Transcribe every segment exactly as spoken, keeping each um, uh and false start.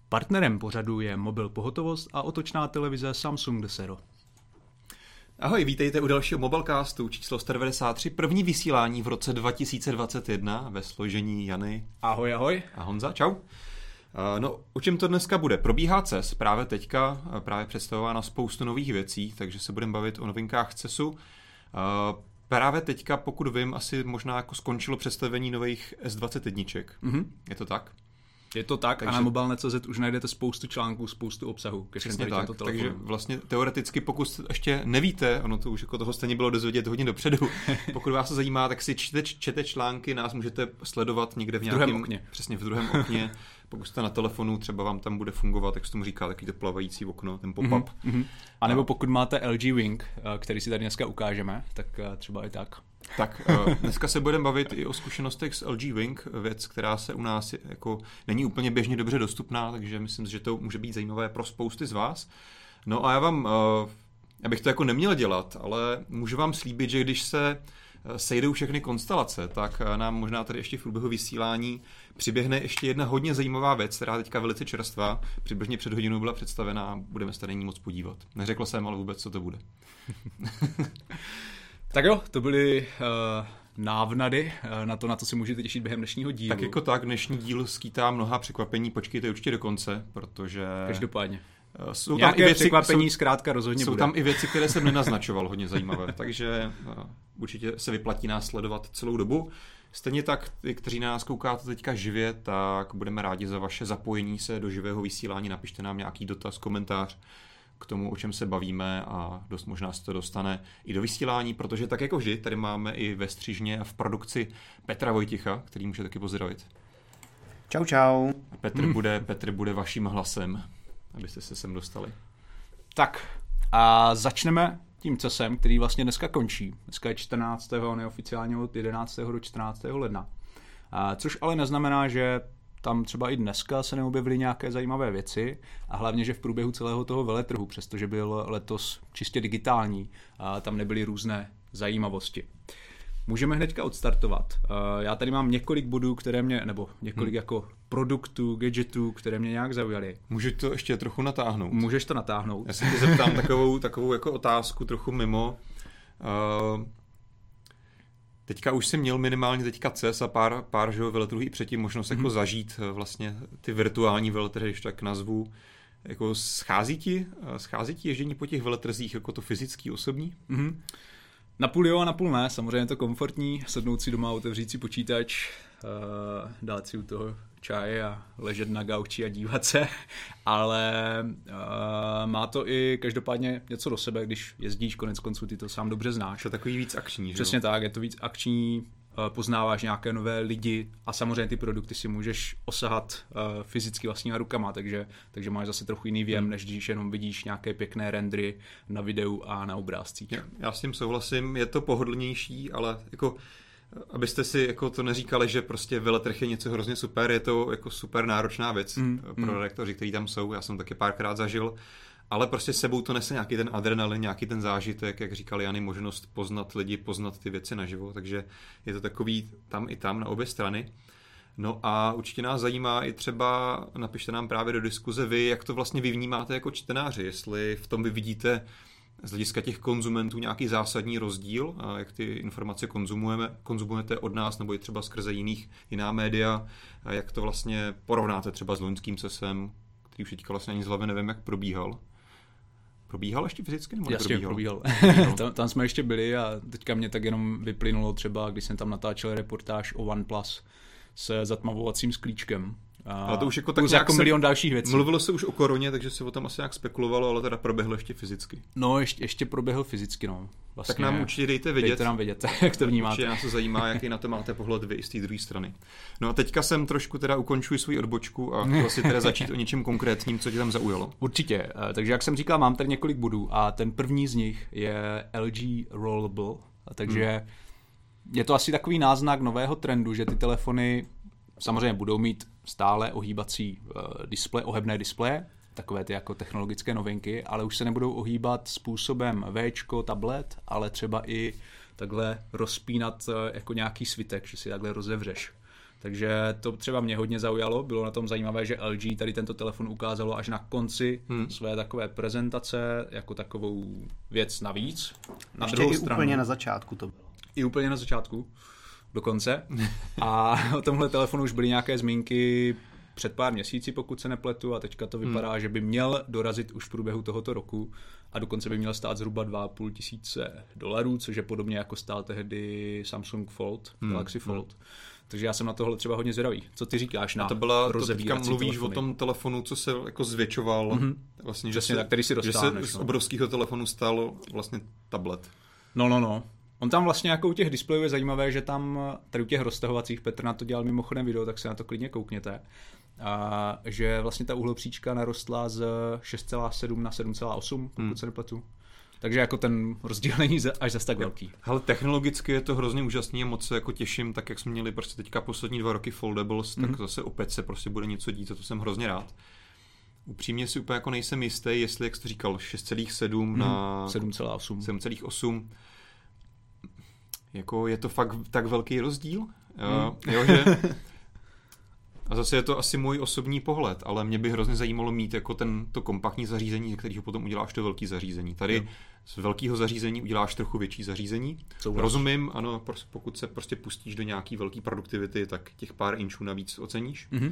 Partnerem pořadu je mobil Pohotovost a otočná televize Samsung Desero. Ahoj, vítejte u dalšího Mobilecastu, číslo sto devadesát tři, první vysílání v roce dva tisíce dvacet jedna ve složení Jany. Ahoj, ahoj. A Honza, čau. No, o čem to dneska bude? Probíhá C E S, právě teďka, právě představována spoustu nových věcí, takže se budeme bavit o novinkách C E S u. Právě teďka, pokud vím, asi možná jako skončilo představení nových S dvacet jedna. Mm-hmm. Je to tak? Je to tak, takže... a na mobilne tečka cé zet už najdete spoustu článků, spoustu obsahu. Přesně tak, takže vlastně teoreticky, pokud ještě nevíte, ono to už jako toho stejně bylo dozvědět hodně dopředu, pokud vás to zajímá, tak si čtete, čtete články, nás můžete sledovat někde v, v nějakém... druhém okně. Přesně, v druhém okně. Pokud jste na telefonu, třeba vám tam bude fungovat, jak se tomu říká, takový to plavající okno, ten pop-up. Mm-hmm. A nebo pokud máte L G Wing, který si tady dneska ukážeme, tak třeba i tak. Tak, dneska se budeme bavit i o zkušenostech s L G Wing, věc, která se u nás jako není úplně běžně dobře dostupná, takže myslím, že to může být zajímavé pro spousty z vás. No a já vám, já bych to jako neměl dělat, ale můžu vám slíbit, že když se sejdou všechny konstelace, tak nám možná tady ještě v průběhu vysílání přiběhne ještě jedna hodně zajímavá věc, která teďka velice čerstvá, přibližně před hodinou byla představená a budeme se tady ní moc podívat. Neřekl jsem ale vůbec, co to bude. Tak jo, to byly uh, návnady uh, na to, na co si můžete těšit během dnešního dílu. Tak jako tak, dnešní díl skýtá mnoha překvapení, počkejte určitě do konce, protože... Každopádně. Uh, jsou Nějaké tam i věci, překvapení jsou, zkrátka rozhodně jsou bude. tam i věci, které jsem nenaznačoval, hodně zajímavé, takže uh, určitě se vyplatí nás sledovat celou dobu. Stejně tak, ty, kteří na nás koukáte teďka živě, tak budeme rádi za vaše zapojení se do živého vysílání, napište nám nějaký dotaz, komentář k tomu, o čem se bavíme a dost možná se to dostane i do vysílání, protože tak jako vždy, tady máme i ve střížně a v produkci Petra Vojticha, který může taky pozdravit. Čau, čau. Petr, hmm. bude, Petr bude vaším hlasem, abyste se sem dostali. Tak a začneme tím C E S em, který vlastně dneska končí. Dneska je čtrnáctého neoficiálně od jedenáctého do čtrnáctého ledna. A což ale neznamená, že tam třeba i dneska se neobjevily nějaké zajímavé věci a hlavně, že v průběhu celého toho veletrhu, přestože byl letos čistě digitální, a tam nebyly různé zajímavosti. Můžeme hnedka odstartovat. Já tady mám několik bodů, které mě, nebo několik hmm. jako produktů, gadgetů, které mě nějak zaujaly. Můžu to ještě trochu natáhnout? Můžeš to natáhnout. Já se tě zeptám takovou, takovou jako otázku trochu mimo. Uh... Teďka už jsem měl minimálně teďka C E S a pár, pár že veletrhů i předtím možnost mm-hmm. jako zažít vlastně ty virtuální veletrhy, když tak nazvu. Jako schází ti, schází ti ježdění po těch veletrzích jako to fyzický, osobní? Mm-hmm. Napůl jo a napůl ne, samozřejmě je to komfortní, sednout si doma, otevřít si počítač, uh, dát si u toho čaj a ležet na gauči a dívat se, ale uh, má to i každopádně něco do sebe, když jezdíš, konec konců ty to sám dobře znáš. To je takový víc akční, že? Přesně tak, je to víc akční, uh, poznáváš nějaké nové lidi a samozřejmě ty produkty si můžeš osahat uh, fyzicky vlastníma rukama, takže, takže máš zase trochu jiný věm, hmm. než když jenom vidíš nějaké pěkné rendery na videu a na obrázcích. Já, já s tím souhlasím, je to pohodlnější, ale jako abyste si jako to neříkali, že prostě veletrh je něco hrozně super, je to jako super náročná věc mm, pro mm. redaktoři, kteří tam jsou, já jsem taky párkrát zažil, ale prostě s sebou to nese nějaký ten adrenalin, nějaký ten zážitek, jak říkal Jany, možnost poznat lidi, poznat ty věci naživo, takže je to takový tam i tam na obě strany. No a určitě nás zajímá i třeba, napište nám právě do diskuze vy, jak to vlastně vy vnímáte jako čtenáři, jestli v tom vy vidíte z hlediska těch konzumentů nějaký zásadní rozdíl, a jak ty informace konzumujeme, konzumujete od nás nebo i třeba skrze jiných, jiná média, a jak to vlastně porovnáte třeba s loňským C E S em, který už teďka vlastně ani z hlavy nevím, jak probíhal. Probíhal ještě fyzicky? Nebo Jasně, probíhal. tam, tam jsme ještě byli a teďka mě tak jenom vyplynulo třeba, když jsem tam natáčel reportáž o OnePlus s zatmavovacím sklíčkem. Ale to už jako tak jako milion dalších věcí. Mluvilo se už o koroně, takže se o tom asi nějak spekulovalo, ale teda proběhlo ještě fyzicky. No, ještě, ještě proběhl fyzicky, no. Vlastně, tak nám určitě dejte vědět. Dejte nám vědět, jak to vnímáte. Určitě nás to zajímá, jaký na to máte pohled vy i z té druhé strany. No a teďka jsem trošku teda ukončuji svou odbočku a chtěl si teda začít o něčem konkrétním, co tě tam zaujalo. Určitě, takže jak jsem říkal, mám tady několik bodů a ten první z nich je L G Rollable, takže hmm. je to asi takový náznak nového trendu, že ty telefony samozřejmě budou mít stále ohýbací uh, displej, ohebné displeje, takové ty jako technologické novinky, ale už se nebudou ohýbat způsobem Včko, tablet, ale třeba i takhle rozpínat uh, jako nějaký svitek, že si takhle rozevřeš. Takže to třeba mě hodně zaujalo, bylo na tom zajímavé, že L G tady tento telefon ukázalo až na konci hmm. své takové prezentace, jako takovou věc navíc. Na Ještě druhou i stranu, úplně na začátku to bylo. I úplně na začátku, dokonce. A o tomhle telefonu už byly nějaké zmínky před pár měsíci, pokud se nepletu, a teďka to vypadá, hmm. že by měl dorazit už v průběhu tohoto roku a dokonce by měl stát zhruba dva a půl tisíce dolarů, což je podobně jako stál tehdy Samsung Fold, hmm. Galaxy Fold. Hmm. Takže já jsem na tohle třeba hodně zvědavý. Co ty říkáš na to byla, to teďka mluvíš telefony? O tom telefonu, co se jako zvětšoval, mm-hmm. vlastně, že, se, tak, který si dostáneš, že se no. z obrovského telefonu stal vlastně tablet. No, no, no. On tam vlastně jako u těch displejů je zajímavé, že tam tady u těch roztahovacích, Petr na to dělal mimochodem video, tak se na to klidně koukněte, a že vlastně ta uhlopříčka narostla z šest celá sedm na sedm celá osm, pokud hmm. se nepletu. Takže jako ten rozdíl není až zase tak velký. Ale technologicky je to hrozně úžasný a moc se jako těším, tak jak jsme měli prostě teďka poslední dva roky foldables, mm-hmm. tak zase opět se prostě bude něco dít, a to jsem hrozně rád. Upřímně si úplně jako nejsem jistý, jestli, jak jsi to říkal, šest celá sedm mm, na sedm celá osm. sedm celá osm. Jako je to fakt tak velký rozdíl? Jo, mm. jo že... A zase je to asi můj osobní pohled, ale mě by hrozně zajímalo mít jako ten, to kompaktní zařízení, ze kterého potom uděláš to velký zařízení. Tady jo. z velkého zařízení uděláš trochu větší zařízení. Souhlaš. Rozumím, ano, pokud se prostě pustíš do nějaký velký produktivity, tak těch pár inčů navíc oceníš. Mm-hmm.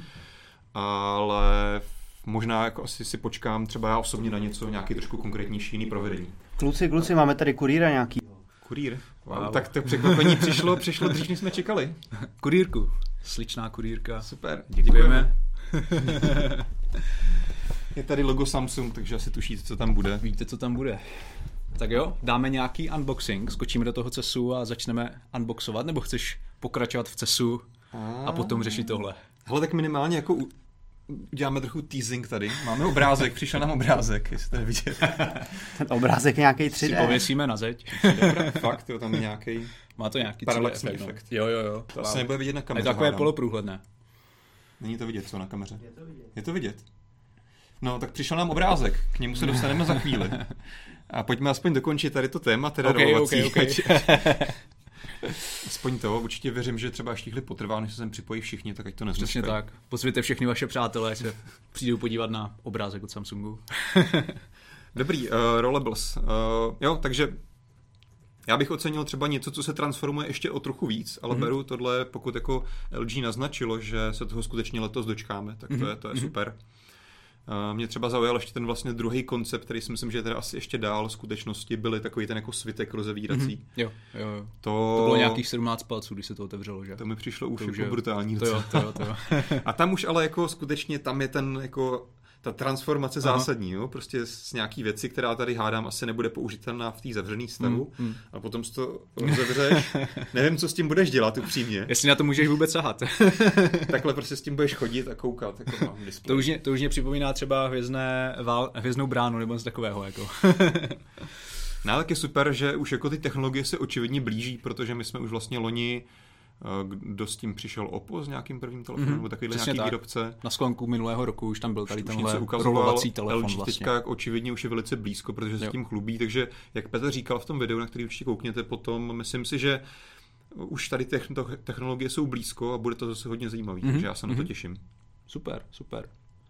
Ale možná jako asi si počkám třeba já osobně na něco, nějaký trošku konkrétnější jiný provedení. Kluci, kluci, máme tady kurýra nějaký. Kurýr? Wow. Wow. Tak to překvapení přišlo, přišlo dřív, než jsme čekali. Kurýrku. Sličná kurýrka. Super, děkujeme. děkujeme. Je tady logo Samsung, takže asi tušíte, co tam bude. Víte, co tam bude. Tak jo, dáme nějaký unboxing, skočíme do toho cesu a začneme unboxovat, nebo chceš pokračovat v cesu a potom řešit tohle? Hele, tak minimálně jako u... uděláme trochu teasing tady. Máme obrázek, přišel nám obrázek, jestli to nevidět. Ten obrázek nějaký tři dé. Si pověsíme na zeď. Fakt, jo, tam je nějaký... Má to nějaký paralaxní efekt. efekt. Jo, jo, jo. To asi nebude vidět na kameře. Je to takové poloprůhledné. Není to vidět, co na kameře? Je to vidět. Je to vidět. No, tak přišel nám obrázek, k němu se dostaneme za chvíli. A pojďme aspoň dokončit tady to téma, teda okay, rolovací. Okay, okay. Aspoň to, určitě věřím, že třeba až chvíli potrvá, než se sem připojí všichni, tak ať to nezměškají. Přesně tak. Pozvěte všechny vaše přátelé, ať se přijdou podívat na obrázek od Samsungu. Dobrý, uh, rollables. Uh, jo, takže já bych ocenil třeba něco, co se transformuje ještě o trochu víc, ale mm-hmm. beru tohle, pokud jako L G naznačilo, že se toho skutečně letos dočkáme, tak to mm-hmm. je, to je super. Uh, mě třeba zaujal ještě ten vlastně druhý koncept, který si myslím, že je teda asi ještě dál v skutečnosti, byly takový ten jako svitek rozevírací. Mm-hmm. Jo, jo, jo. To... to bylo nějakých sedmnáct palců, když se to otevřelo, že? To mi přišlo už to jako už brutální. To jo, to jo, to jo. A tam už ale jako skutečně tam je ten jako ta transformace Aha. zásadní, jo? Prostě z nějaký věci, která tady hádám, asi nebude použitelná v té zavřený stavu mm, mm. a potom si to rozevřeš. Nevím, co s tím budeš dělat upřímně. Jestli na to můžeš vůbec sahat. Takhle prostě s tím budeš chodit a koukat. Jako mám to, už mě, to už mě připomíná třeba hvězdné, vál, hvězdnou bránu nebo něco takového. Jako. No, tak je super, že už jako ty technologie se očividně blíží, protože my jsme už vlastně loni kdo s tím přišel Oppo s nějakým prvním telefonem, mm-hmm. nebo takovýhle nějaký tak. výrobce. Na sklonku minulého roku už tam byl tady tenhle rolovací telefon L G vlastně. Teďka očividně už je velice blízko, protože se jo. tím chlubí, takže jak Petr říkal v tom videu, na který určitě koukněte potom, myslím si, že už tady technologie jsou blízko a bude to zase hodně zajímavý, mm-hmm. takže já se na to těším. Super, super.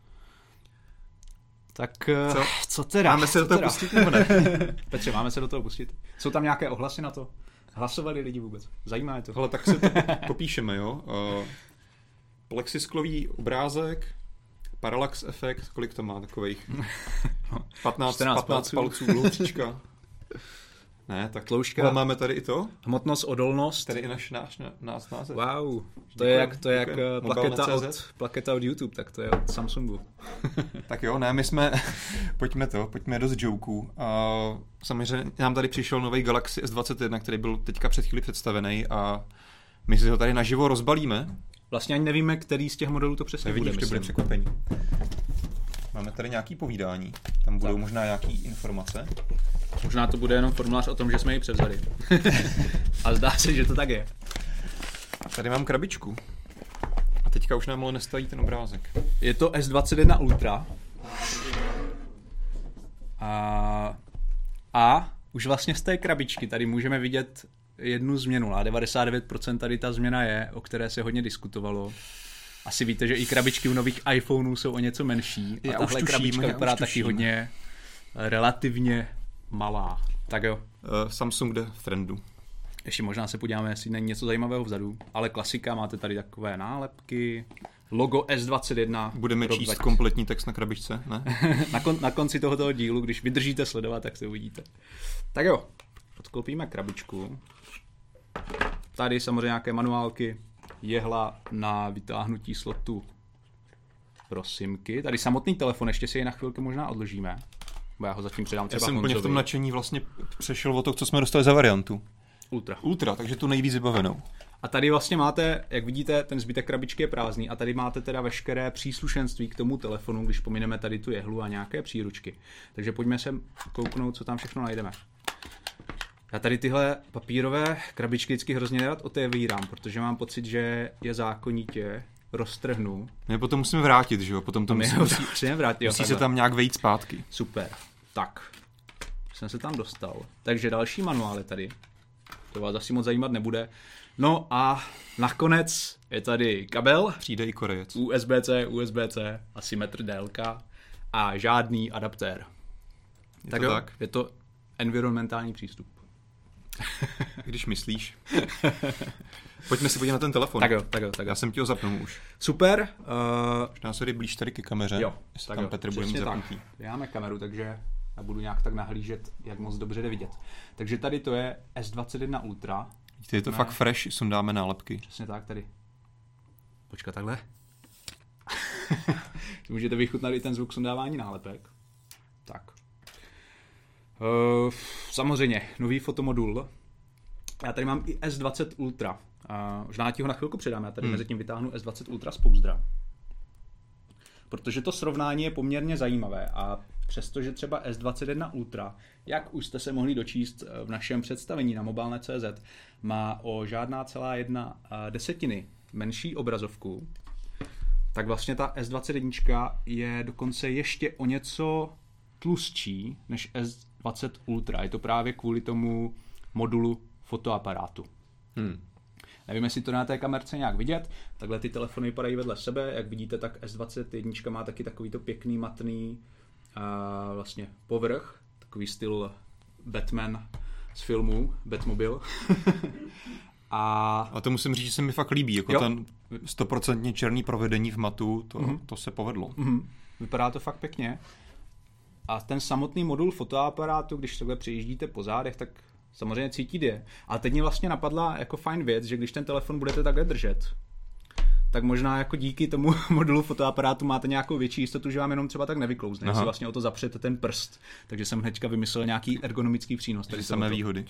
Tak co, co teda? Máme se do toho teda? pustit nebo ne? Petře, máme se do toho pustit. Jsou tam nějaké ohlasy na to? Hlasovali lidi vůbec? Zajímá je to. Hele, tak se to popíšeme, jo. Uh, plexisklový obrázek, parallax efekt, kolik to má takových? patnáct, patnáct palců, dlouhříčka. Ne, tak Tloušťka. Máme tady i to. Hmotnost, odolnost. Tady i náš, náš, náš název. Wow, to je jak, to je jak plaketa od, plaketa od YouTube, tak to je od Samsungu. Tak jo, ne, my jsme, pojďme to, pojďme dost joků. Uh, samozřejmě nám tady přišel nový Galaxy S dvacet jedna, který byl teďka před chvíli představený a my si ho tady naživo rozbalíme. Vlastně ani nevíme, který z těch modelů to přesně Nevidíš, bude. Nevidíš, to bude překvapení. Máme tady nějaký povídání, tam budou tak. možná nějaký informace. Možná to bude jenom formulář o tom, že jsme ji převzali. A zdá se, že to tak je. A tady mám krabičku. A teďka už nám ale nestaví ten obrázek. Je to S dvacet jedna Ultra. A, a už vlastně z té krabičky tady můžeme vidět jednu změnu. A devadesát devět procent tady ta změna je, o které se hodně diskutovalo. Asi víte, že i krabičky u nových iPhoneů jsou o něco menší. A já tahle tuším, krabička vypadá taky hodně relativně malá. Tak jo. Uh, Samsung jde v trendu. Ještě možná se podíváme, jestli není něco zajímavého vzadu. Ale klasika, máte tady takové nálepky. Logo S dvacet jedna. Budeme číst dvacet kompletní text na krabičce, ne? na, kon, na konci tohoto dílu, když vydržíte sledovat, tak se uvidíte. Tak jo, odklopíme krabičku. Tady samozřejmě nějaké manuálky, jehla na vytáhnutí slotu pro simky. Tady samotný telefon, ještě si je na chvilku možná odložíme. Bo já ho zatím předám třeba Já jsem Honzovi. úplně v tom nadšení vlastně přešel o to, co jsme dostali za variantu. Ultra. Ultra, takže tu nejvíc vybavenou. A tady vlastně máte, jak vidíte, ten zbytek krabičky je prázdný a tady máte teda veškeré příslušenství k tomu telefonu, když pomineme tady tu jehlu a nějaké příručky. Takže pojďme se kouknout, co tam všechno najdeme. Já tady tyhle papírové krabičky vždycky hrozně rád otevírám, protože mám pocit, že je zákonitě roztrhnu. My potom musíme vrátit, že jo? Potom to musí, musí, musí, vrátit, jo, musí se tam nějak vejít zpátky. Super. Tak, jsem se tam dostal. Takže další manuál je tady. To vás asi moc zajímat nebude. No a nakonec je tady kabel. Přijde i Korejec. U S B C, U S B C, asi metr délka a žádný adaptér. Je tak to jo, tak? Je to environmentální přístup. Když myslíš. Pojďme si podívat na ten telefon. Tak jo, tak jo, tak jo. Já jsem ti ho zapnul už. Super. Uh, Možná se blíž tady ke kameře. jo, jestli tak tam jo, Petr bude mít zapnutý. Máme kameru, takže já budu nějak tak nahlížet, jak moc dobře jde vidět. Takže tady to je S dvacet jedna Ultra. Je to ne. Fakt fresh, sundáme nálepky. Přesně tak, tady. Počkat, takhle. Můžete vychutnat i ten zvuk sundávání nálepek. Tak. Uh, samozřejmě, nový fotomodul. Já tady mám i S dvacet Ultra. Uh, možná ti ho na chvilku předám, já tady hmm. mezi tím vytáhnu S dvacet Ultra z pouzdra. Protože to srovnání je poměrně zajímavé a přestože třeba S dvacet jedna Ultra, jak už jste se mohli dočíst v našem představení na mobilnet tečka cé zet, má o žádná celá jedna desetiny menší obrazovku, tak vlastně ta S dvacet jedna je dokonce ještě o něco tlustší než S dvacet Ultra. Je to právě kvůli tomu modulu fotoaparátu. Hmm. Nevím, jestli to na té kamerce nějak vidět. Takhle ty telefony vypadají vedle sebe. Jak vidíte, tak S dvacet jedna má taky takovýto pěkný, matný a vlastně povrch. Takový styl Batman z filmu Batmobile. a... a to musím říct, že se mi fakt líbí. Jako jo. Ten stoprocentně černý provedení v matu, to, mm-hmm. to se povedlo. Mm-hmm. Vypadá to fakt pěkně. A ten samotný modul fotoaparátu, když takhle přejíždíte po zádech, tak samozřejmě cítit je. A teď mě vlastně napadla jako fajn věc, že když ten telefon budete takhle držet, tak možná jako díky tomu modulu fotoaparátu máte nějakou větší jistotu, že vám jenom třeba tak nevyklouzne. Si vlastně o to zapřete ten prst. Takže jsem hnedka vymyslel nějaký ergonomický přínos. Takže samé výhody.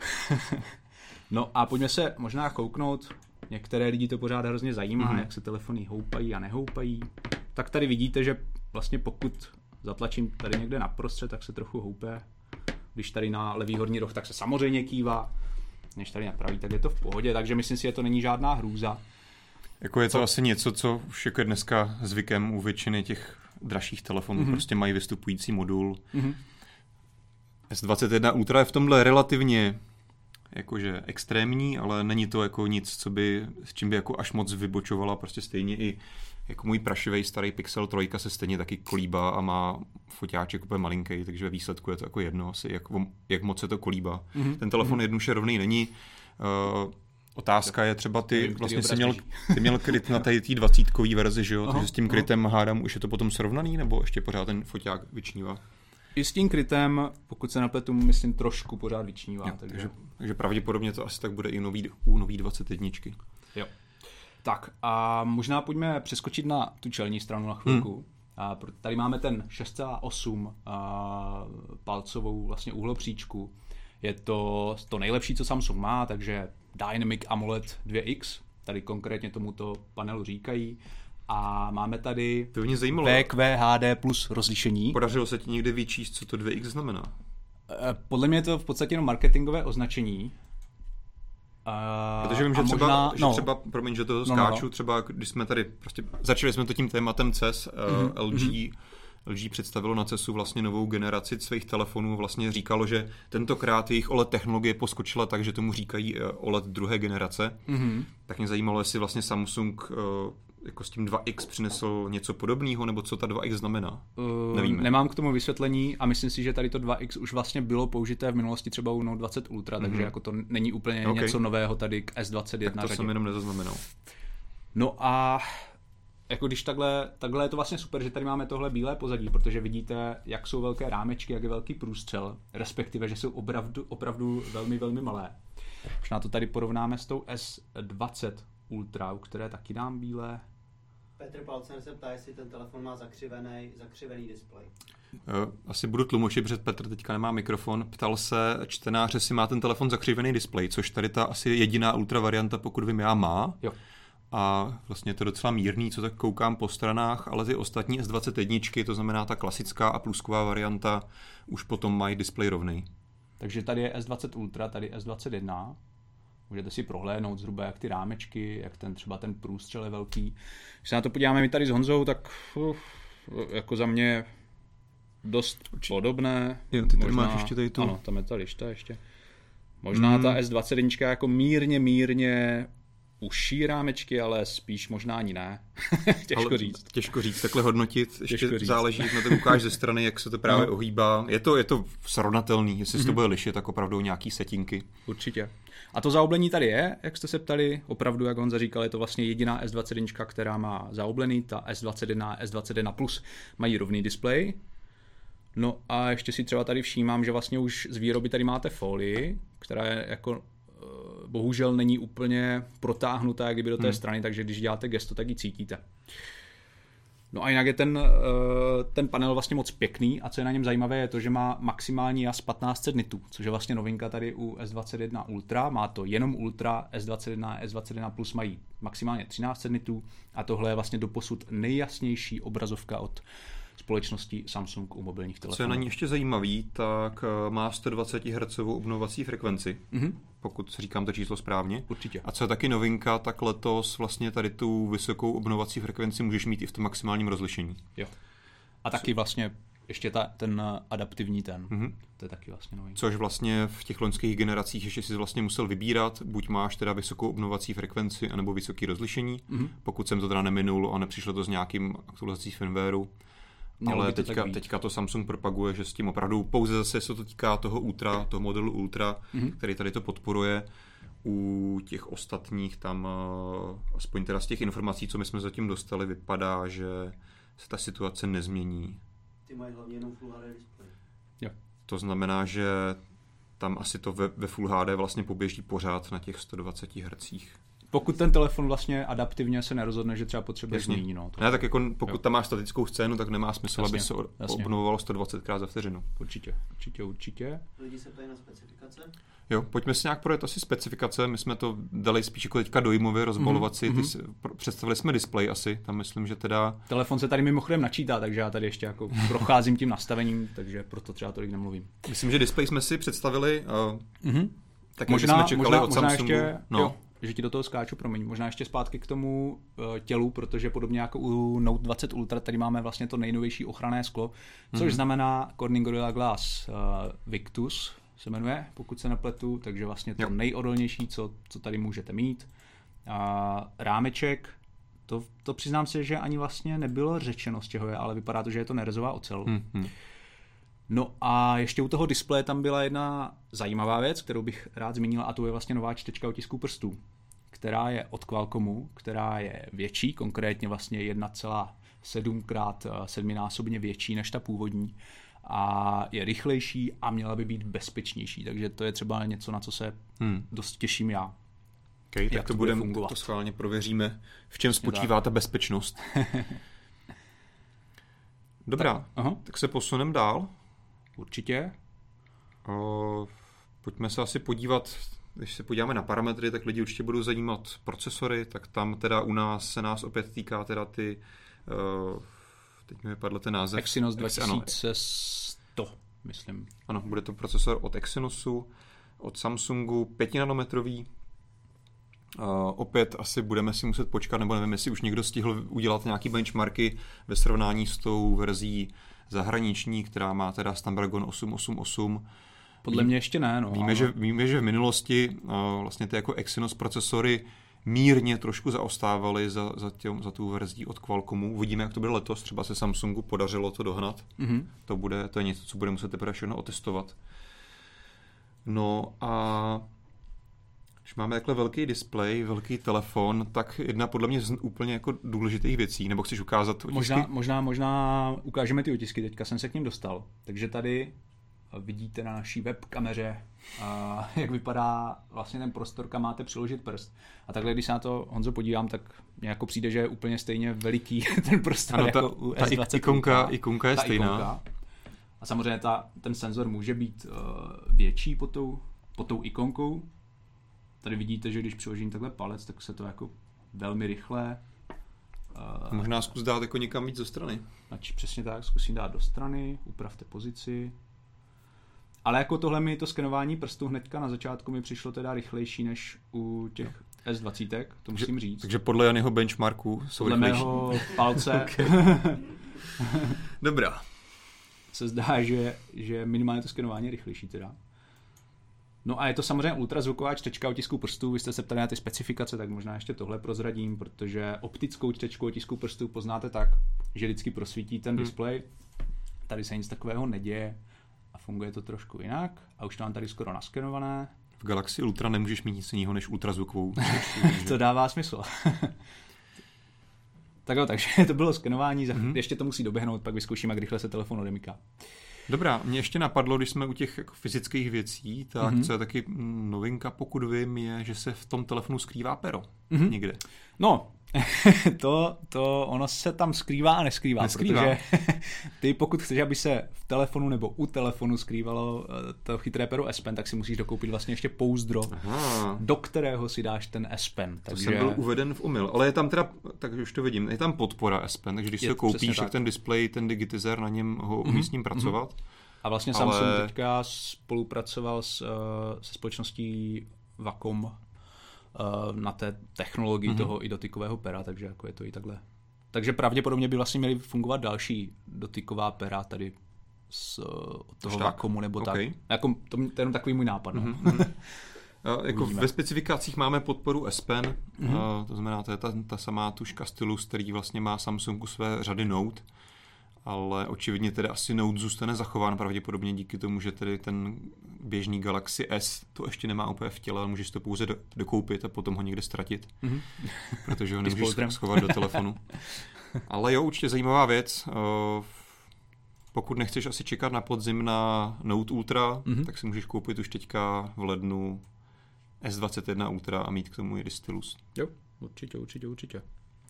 No a pojďme se možná kouknout. Některé lidi to pořád hrozně zajímá, mm-hmm. jak se telefony houpají a nehoupají. Tak tady vidíte, že vlastně pokud zatlačím tady někde naprostřed, tak se trochu houpe. Když tady na levý horní roh, tak se samozřejmě kývá. Než tady na pravý, tak je to v pohodě. Takže myslím si, že to není žádná hrůza. Jako je to co? Asi něco, co už jako dneska zvykem u většiny těch dražších telefonů. Mm-hmm. Prostě mají vystupující modul. Mm-hmm. S dvacet jedna Ultra je v tomhle relativně jakože extrémní, ale není to jako nic, co by, s čím by jako až moc vybočovala. Prostě stejně i jako můj prašivej starý Pixel tři se stejně taky kolíbá a má foťáček úplně malinký, takže ve výsledku je to jako jedno asi, jak, jak moc se to kolíbá. Mm-hmm. Ten telefon mm-hmm. jednuše rovný není. Uh, otázka je třeba ty, Nevím, vlastně jsi měl, ty měl kryt na té dvacítkový verzi, že jo? Aha, takže s tím krytem aha. hádám, už je to potom srovnaný, nebo ještě pořád ten foťák vyčnívá? I s tím krytem, pokud se napletu, myslím, trošku pořád vyčnívá. Jo, takže... Takže, takže pravděpodobně to asi tak bude i nový, u nový dvacet jedna. Jo. Tak a možná pojďme přeskočit na tu čelní stranu na chvilku. Hmm. A tady máme ten šest celá osm a, palcovou vlastně úhlopříčku. Je to to nejlepší, co Samsung má, takže Dynamic AMOLED dva X, tady konkrétně tomuto panelu říkají. A máme tady V Q H D plus rozlišení. Podařilo se ti někdy vyčíst, co to dva X znamená? Podle mě je to v podstatě jenom marketingové označení. Uh, Protože vím, že třeba, možná, že třeba no. promiň, že to skáču, no, no, no. třeba když jsme tady, prostě začali jsme to tím tématem C E S, mm-hmm. L G, L G představilo na cestu vlastně novou generaci svých telefonů, vlastně říkalo, že tentokrát jejich O L E D technologie poskočila tak, že tomu říkají O L E D druhé generace. Mm-hmm. Tak mě zajímalo, jestli vlastně Samsung jako s tím dva X přinesl něco podobného, nebo co ta dva X znamená? Uh, Nevíme. Nemám k tomu vysvětlení a myslím si, že tady to dva X už vlastně bylo použité v minulosti třeba u Note dvacet Ultra, mm-hmm. takže jako to není úplně okay. něco nového tady k S dvacet jedna. Tak to řadě. jsem jenom nezaznamenal. No a jako když takhle, takhle je to vlastně super, že tady máme tohle bílé pozadí, protože vidíte, jak jsou velké rámečky, jak je velký průstřel, respektive, že jsou opravdu, opravdu velmi, velmi malé. Už na to tady porovnáme s tou S dvacet Ultra, u které taky dám bílé. Petr Palcer se ptá, jestli ten telefon má zakřivený, zakřivený displej. Asi budu tlumočit, protože Petr teďka nemá mikrofon. Ptal se čtenář, jestli má ten telefon zakřivený displej, což tady ta asi jediná ultra varianta, pokud vím já, má. Jo. A vlastně je to docela mírný, co tak koukám po stranách, ale ty ostatní S dvacet jedna, to znamená ta klasická a plusková varianta, už potom mají displej rovnej. Takže tady je S dvacet Ultra, tady S dvacet jedna. Můžete si prohlédnout zhruba, jak ty rámečky, jak ten třeba ten průstřel je velký. Když se na to podíváme my tady s Honzou, tak uh, jako za mě dost Určitě. podobné. Jo, ty tady máš ještě tady tu. Ano, tam je ta lišta ještě. Možná mm. ta S dvacet jedna jako mírně, mírně užší rámečky, ale spíš možná ani ne. Těžko ale říct. Těžko říct, takhle hodnotit. Ještě říct. Záleží, na to ukáž ze strany, jak se to právě no. ohýbá. Je to, je to srovnatelný, jestli mm-hmm. se to bude lišit, tak opravdu nějaký setinky. Určitě. A to zaoblení tady je, jak jste se ptali, opravdu, jak Honza říkal, je to vlastně jediná S dvacet jedna, která má zaoblený, ta S dvacet jedna a S dvacet jedna Plus mají rovný displej. No a ještě si třeba tady všímám, že vlastně už z výroby tady máte folii, která je jako bohužel není úplně protáhnutá, jak kdyby do té hmm. strany, takže když děláte gesto, tak ji cítíte. No a jinak je ten, ten panel vlastně moc pěkný a co je na něm zajímavé je to, že má maximální jas patnáct set nitů, což je vlastně novinka tady u S dvacet jedna Ultra, má to jenom Ultra, S dvacet jedna a S dvacet jedna Plus mají maximálně třináct set nitů a tohle je vlastně doposud nejjasnější obrazovka od společnosti Samsung u mobilních telefonů. Co je na ní ještě zajímavý, tak má sto dvacet hertzů obnovovací frekvenci, mm-hmm. pokud říkám to číslo správně. Určitě. A co je taky novinka, tak letos vlastně tady tu vysokou obnovovací frekvenci můžeš mít i v tom maximálním rozlišení. Jo. A taky vlastně ještě ta, ten adaptivní ten. Mm-hmm. To je taky vlastně novinka. Což vlastně v těch loňských generacích ještě si vlastně musel vybírat, buď máš teda vysokou obnovovací frekvenci, anebo vysoké rozlišení, mm-hmm. pokud jsem to teda neminulo a nepřišlo to s nějakým aktualizací firmwareu. Mělo ale to teďka, teďka to Samsung propaguje, že s tím opravdu pouze zase se to týká toho Ultra, toho modelu Ultra, mm-hmm. který tady to podporuje. U těch ostatních tam, aspoň teda z těch informací, co my jsme zatím dostali, vypadá, že se ta situace nezmění. Ty mají hlavně jenom Full H D display. Jo. To znamená, že tam asi to ve, ve Full H D vlastně poběží pořád na těch sto dvacet hertzích. Pokud ten telefon vlastně adaptivně se nerozhodne, že třeba potřebuje změnit. No, ne, tak jako pokud jo. tam máš statickou scénu, tak nemá smysl, jasně, aby se jasně. obnovovalo sto dvacet krát za vteřinu. Určitě, určitě, určitě. Lidi se ptají na specifikace? Jo, pojďme si nějak projet asi specifikace. My jsme to dali spíš jako teďka dojmově rozbalovat si. Mm-hmm. Představili jsme displej asi, tam myslím, že teda... Telefon se tady mimochodem načítá, takže já tady ještě jako procházím tím nastavením, takže proto třeba tolik nemluvím. Myslím, že displej jsme si představili, uh, mm-hmm. tak možná, jsme čekali možná, od možná Samsungu. Ještě, no. jo, že ti do toho skáču, promiň. Možná ještě zpátky k tomu uh, tělu, protože podobně jako u Note dvacet Ultra, tady máme vlastně to nejnovější ochranné sklo, což mm-hmm. znamená Corning Gorilla Glass uh, Victus se jmenuje, pokud se nepletu, takže vlastně to jo. nejodolnější, co, co tady můžete mít. A rámeček, to, to přiznám se, že ani vlastně nebylo řečeno, z čeho je, ale vypadá to, že je to nerezová ocel. Mm-hmm. No a ještě u toho displeje tam byla jedna zajímavá věc, kterou bych rád zmínil, a to je vlastně nová čtečka otisků prstů, která je od Qualcommu, která je větší, konkrétně vlastně jedna celá sedm krát sedminásobně větší než ta původní a je rychlejší a měla by být bezpečnější, takže to je třeba něco, na co se hmm. dost těším já. Okay, tak to, budeme, to schválně prověříme, v čem spočívá ta bezpečnost. Dobrá, tak, aha. tak se posuneme dál. Určitě. O, pojďme se asi podívat, když se podíváme na parametry, tak lidi určitě budou zajímat procesory, tak tam teda u nás se nás opět týká teda ty, uh, teď mi vypadl ten název. Exynos dva tisíce sto, myslím. Ano, bude to procesor od Exynosu, od Samsungu, pětinanometrový, Uh, opět asi budeme si muset počkat, nebo nevím, jestli už někdo stihl udělat nějaký benchmarky ve srovnání s tou verzí zahraniční, která má teda Snapdragon osm osm osm. Podle mě ještě ne. No, víme, ale... že, víme, že v minulosti uh, vlastně ty jako Exynos procesory mírně trošku zaostávaly za, za, tě, za tu verzí od Qualcommu. Uvidíme, jak to bude letos. Třeba se Samsungu podařilo to dohnat. Mm-hmm. To, bude, to je něco, co bude muset teprve všechno otestovat. No a když máme takhle velký displej, velký telefon, tak jedna podle mě z úplně jako důležitých věcí, nebo chceš ukázat otisky? Možná, možná, možná ukážeme ty otisky, teďka jsem se k ním dostal. Takže tady vidíte na naší webkameře, uh, jak vypadá vlastně ten prostor, kam máte přiložit prst. A takhle, když se na to, Honzo, podívám, tak mně jako přijde, že je úplně stejně veliký ten prostor ano, ta, jako u ta S dvacet. Ikonka, ikonka je ta stejná. Ikonka. A samozřejmě ta, ten senzor může být uh, větší pod tou, pod tou ikonkou. Tady vidíte, že když přiložím takhle palec, tak se to jako velmi rychle... Uh, možná zkus dát jako někam víc do strany. Znači, přesně tak, zkusím dát do strany, upravte pozici. Ale jako tohle mi to skenování prstů hnedka na začátku mi přišlo teda rychlejší než u těch no. S dvacet, to musím říct. Takže podle Janyho benchmarku jsou podle rychlejší. Podle mého palce Dobrá. se zdá, že, že minimálně to skenování je rychlejší teda. No a je to samozřejmě ultrazvuková čtečka otisků prstů. Vy jste se ptali na ty specifikace, tak možná ještě tohle prozradím, protože optickou čtečku otisků prstů poznáte tak, že vždycky prosvítí ten hmm. displej. Tady se nic takového neděje a funguje to trošku jinak. A už to mám tady skoro naskenované. V Galaxy Ultra nemůžeš mít nic jiného než ultrazvukovou čtečku. To dává smysl. Tak jo, takže to bylo skenování, mm-hmm. ještě to musí doběhnout, pak vyzkoušíme, jak rychle se telefon odemyká. Dobrá, mě ještě napadlo, když jsme u těch jako fyzických věcí, tak mm-hmm. co je taky novinka, pokud vím, je, že se v tom telefonu skrývá pero. Mm-hmm. Někde. No, to, to ono se tam skrývá a neskrývá, neskrývá. Protože ty pokud chceš, aby se v telefonu nebo u telefonu skrývalo to chytré pero S Pen, tak si musíš dokoupit vlastně ještě pouzdro, Aha. do kterého si dáš ten S Pen. Takže... To jsem byl uveden v omyl, ale je tam teda, takže už to vidím, je tam podpora S Pen, takže když je, si to koupíš, tak ten displej, ten digitizer, na něm ho umí mm-hmm. s ním pracovat. A vlastně ale... Samsung teďka spolupracoval s, se společností Wacom na té technologii mm-hmm. toho i dotykového pera, takže jako je to i takhle. Takže pravděpodobně by vlastně měly fungovat další dotyková pera tady z od toho Wacomu nebo okay. tak. Jako, to, to je jenom takový můj nápad. No. Mm-hmm. A jako ve specifikacích máme podporu S Pen, mm-hmm. a to znamená, to je ta, ta samá tuška stylus, který vlastně má Samsung u své řady Note, ale očividně tedy asi Note zůstane zachován pravděpodobně díky tomu, že tedy ten běžný Galaxy S to ještě nemá úplně v těle, ale můžeš to pouze do, dokoupit a potom ho někde ztratit, mm-hmm. protože ho nemůžeš schovat do telefonu. Ale jo, určitě zajímavá věc. Pokud nechceš asi čekat na podzim na Note Ultra, mm-hmm. tak si můžeš koupit už teďka v lednu S dvacet jedna Ultra a mít k tomu i stylus. Jo, určitě, určitě, určitě.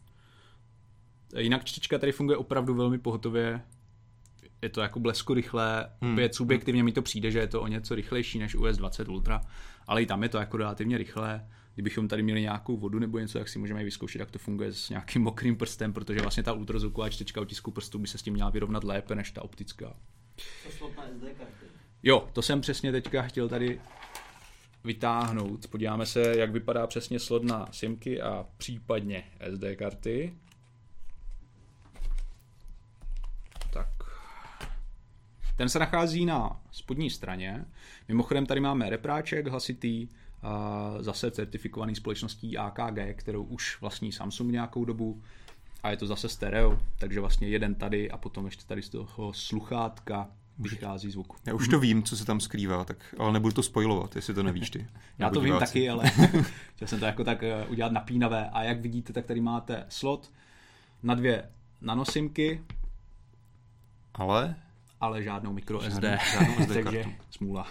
Jinak čtečka tady funguje opravdu velmi pohotově. Je to jako blesku rychlé. Hmm. Opět subjektivně mi to přijde, že je to o něco rychlejší než u S dvacet Ultra, ale i tam je to jako relativně rychlé. Kdybychom tady měli nějakou vodu nebo něco, jak si můžeme i vyzkoušet, jak to funguje s nějakým mokrým prstem, protože vlastně ta ultrazvuková čtečka otisku prstů by se s tím měla vyrovnat lépe než ta optická. To slot na S D karty. Jo, to jsem přesně teďka chtěl tady vytáhnout. Podíváme se, jak vypadá přesně slot na simky a případně S D karty. Tak. Ten se nachází na spodní straně. Mimochodem tady máme repráček hlasitý, zase certifikovaný společností A K G, kterou už vlastní Samsung nějakou dobu. A je to zase stereo, takže vlastně jeden tady a potom ještě tady z toho sluchátka vychází zvuk. Já už to vím, co se tam skrývá, tak, ale nebudu to spoilovat, jestli to nevíš ty. Já to vím taky, ale chtěl jsem to jako tak udělat napínavé. A jak vidíte, tak tady máte slot na dvě nanosimky, ale ale žádnou micro S D, žádnou S D takže smůla.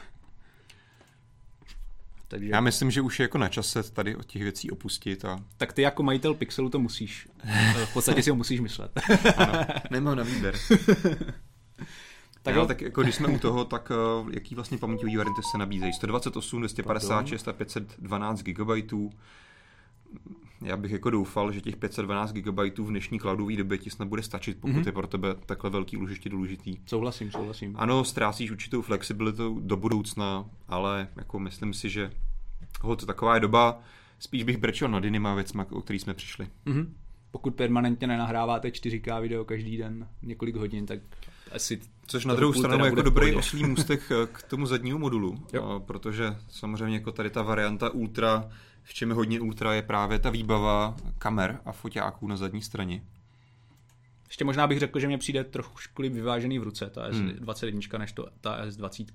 Takže... Já myslím, že už je jako na čase tady od těch věcí opustit. A... Tak ty jako majitel Pixelu to musíš. V podstatě si ho musíš myslet. Ano, nemám na výběr. Tak, jo, tak jako když jsme u toho, tak uh, jaký vlastně paměťový varianty se nabízejí? sto dvacet osm, dvě stě padesát šest a pět set dvanáct gigabajtů. Já bych jako doufal, že těch pět set dvanáct gigabajtů v dnešní cloudové době ti snad bude stačit, pokud mm-hmm. je pro tebe takhle velký úložiště důležitý. Souhlasím, souhlasím. Ano, ztrácíš určitou flexibilitu do budoucna, ale jako myslím si, že hod, taková je doba. spíš bych brečel nad jinýma věcma, o který jsme přišli. Mm-hmm. Pokud permanentně nenahráváte čtyři ká video každý den několik hodin, tak asi... Což na druhou stranu jako dobrý oslý můstek k tomu zadnímu modulu, jo. Protože samozřejmě jako tady ta varianta Ultra, v čem je hodně Ultra, je právě ta výbava kamer a foťáků na zadní straně. Ještě možná bych řekl, že mě přijde trochu líp vyvážený v ruce, ta S dvacet jedna, než to, ta S dvacet.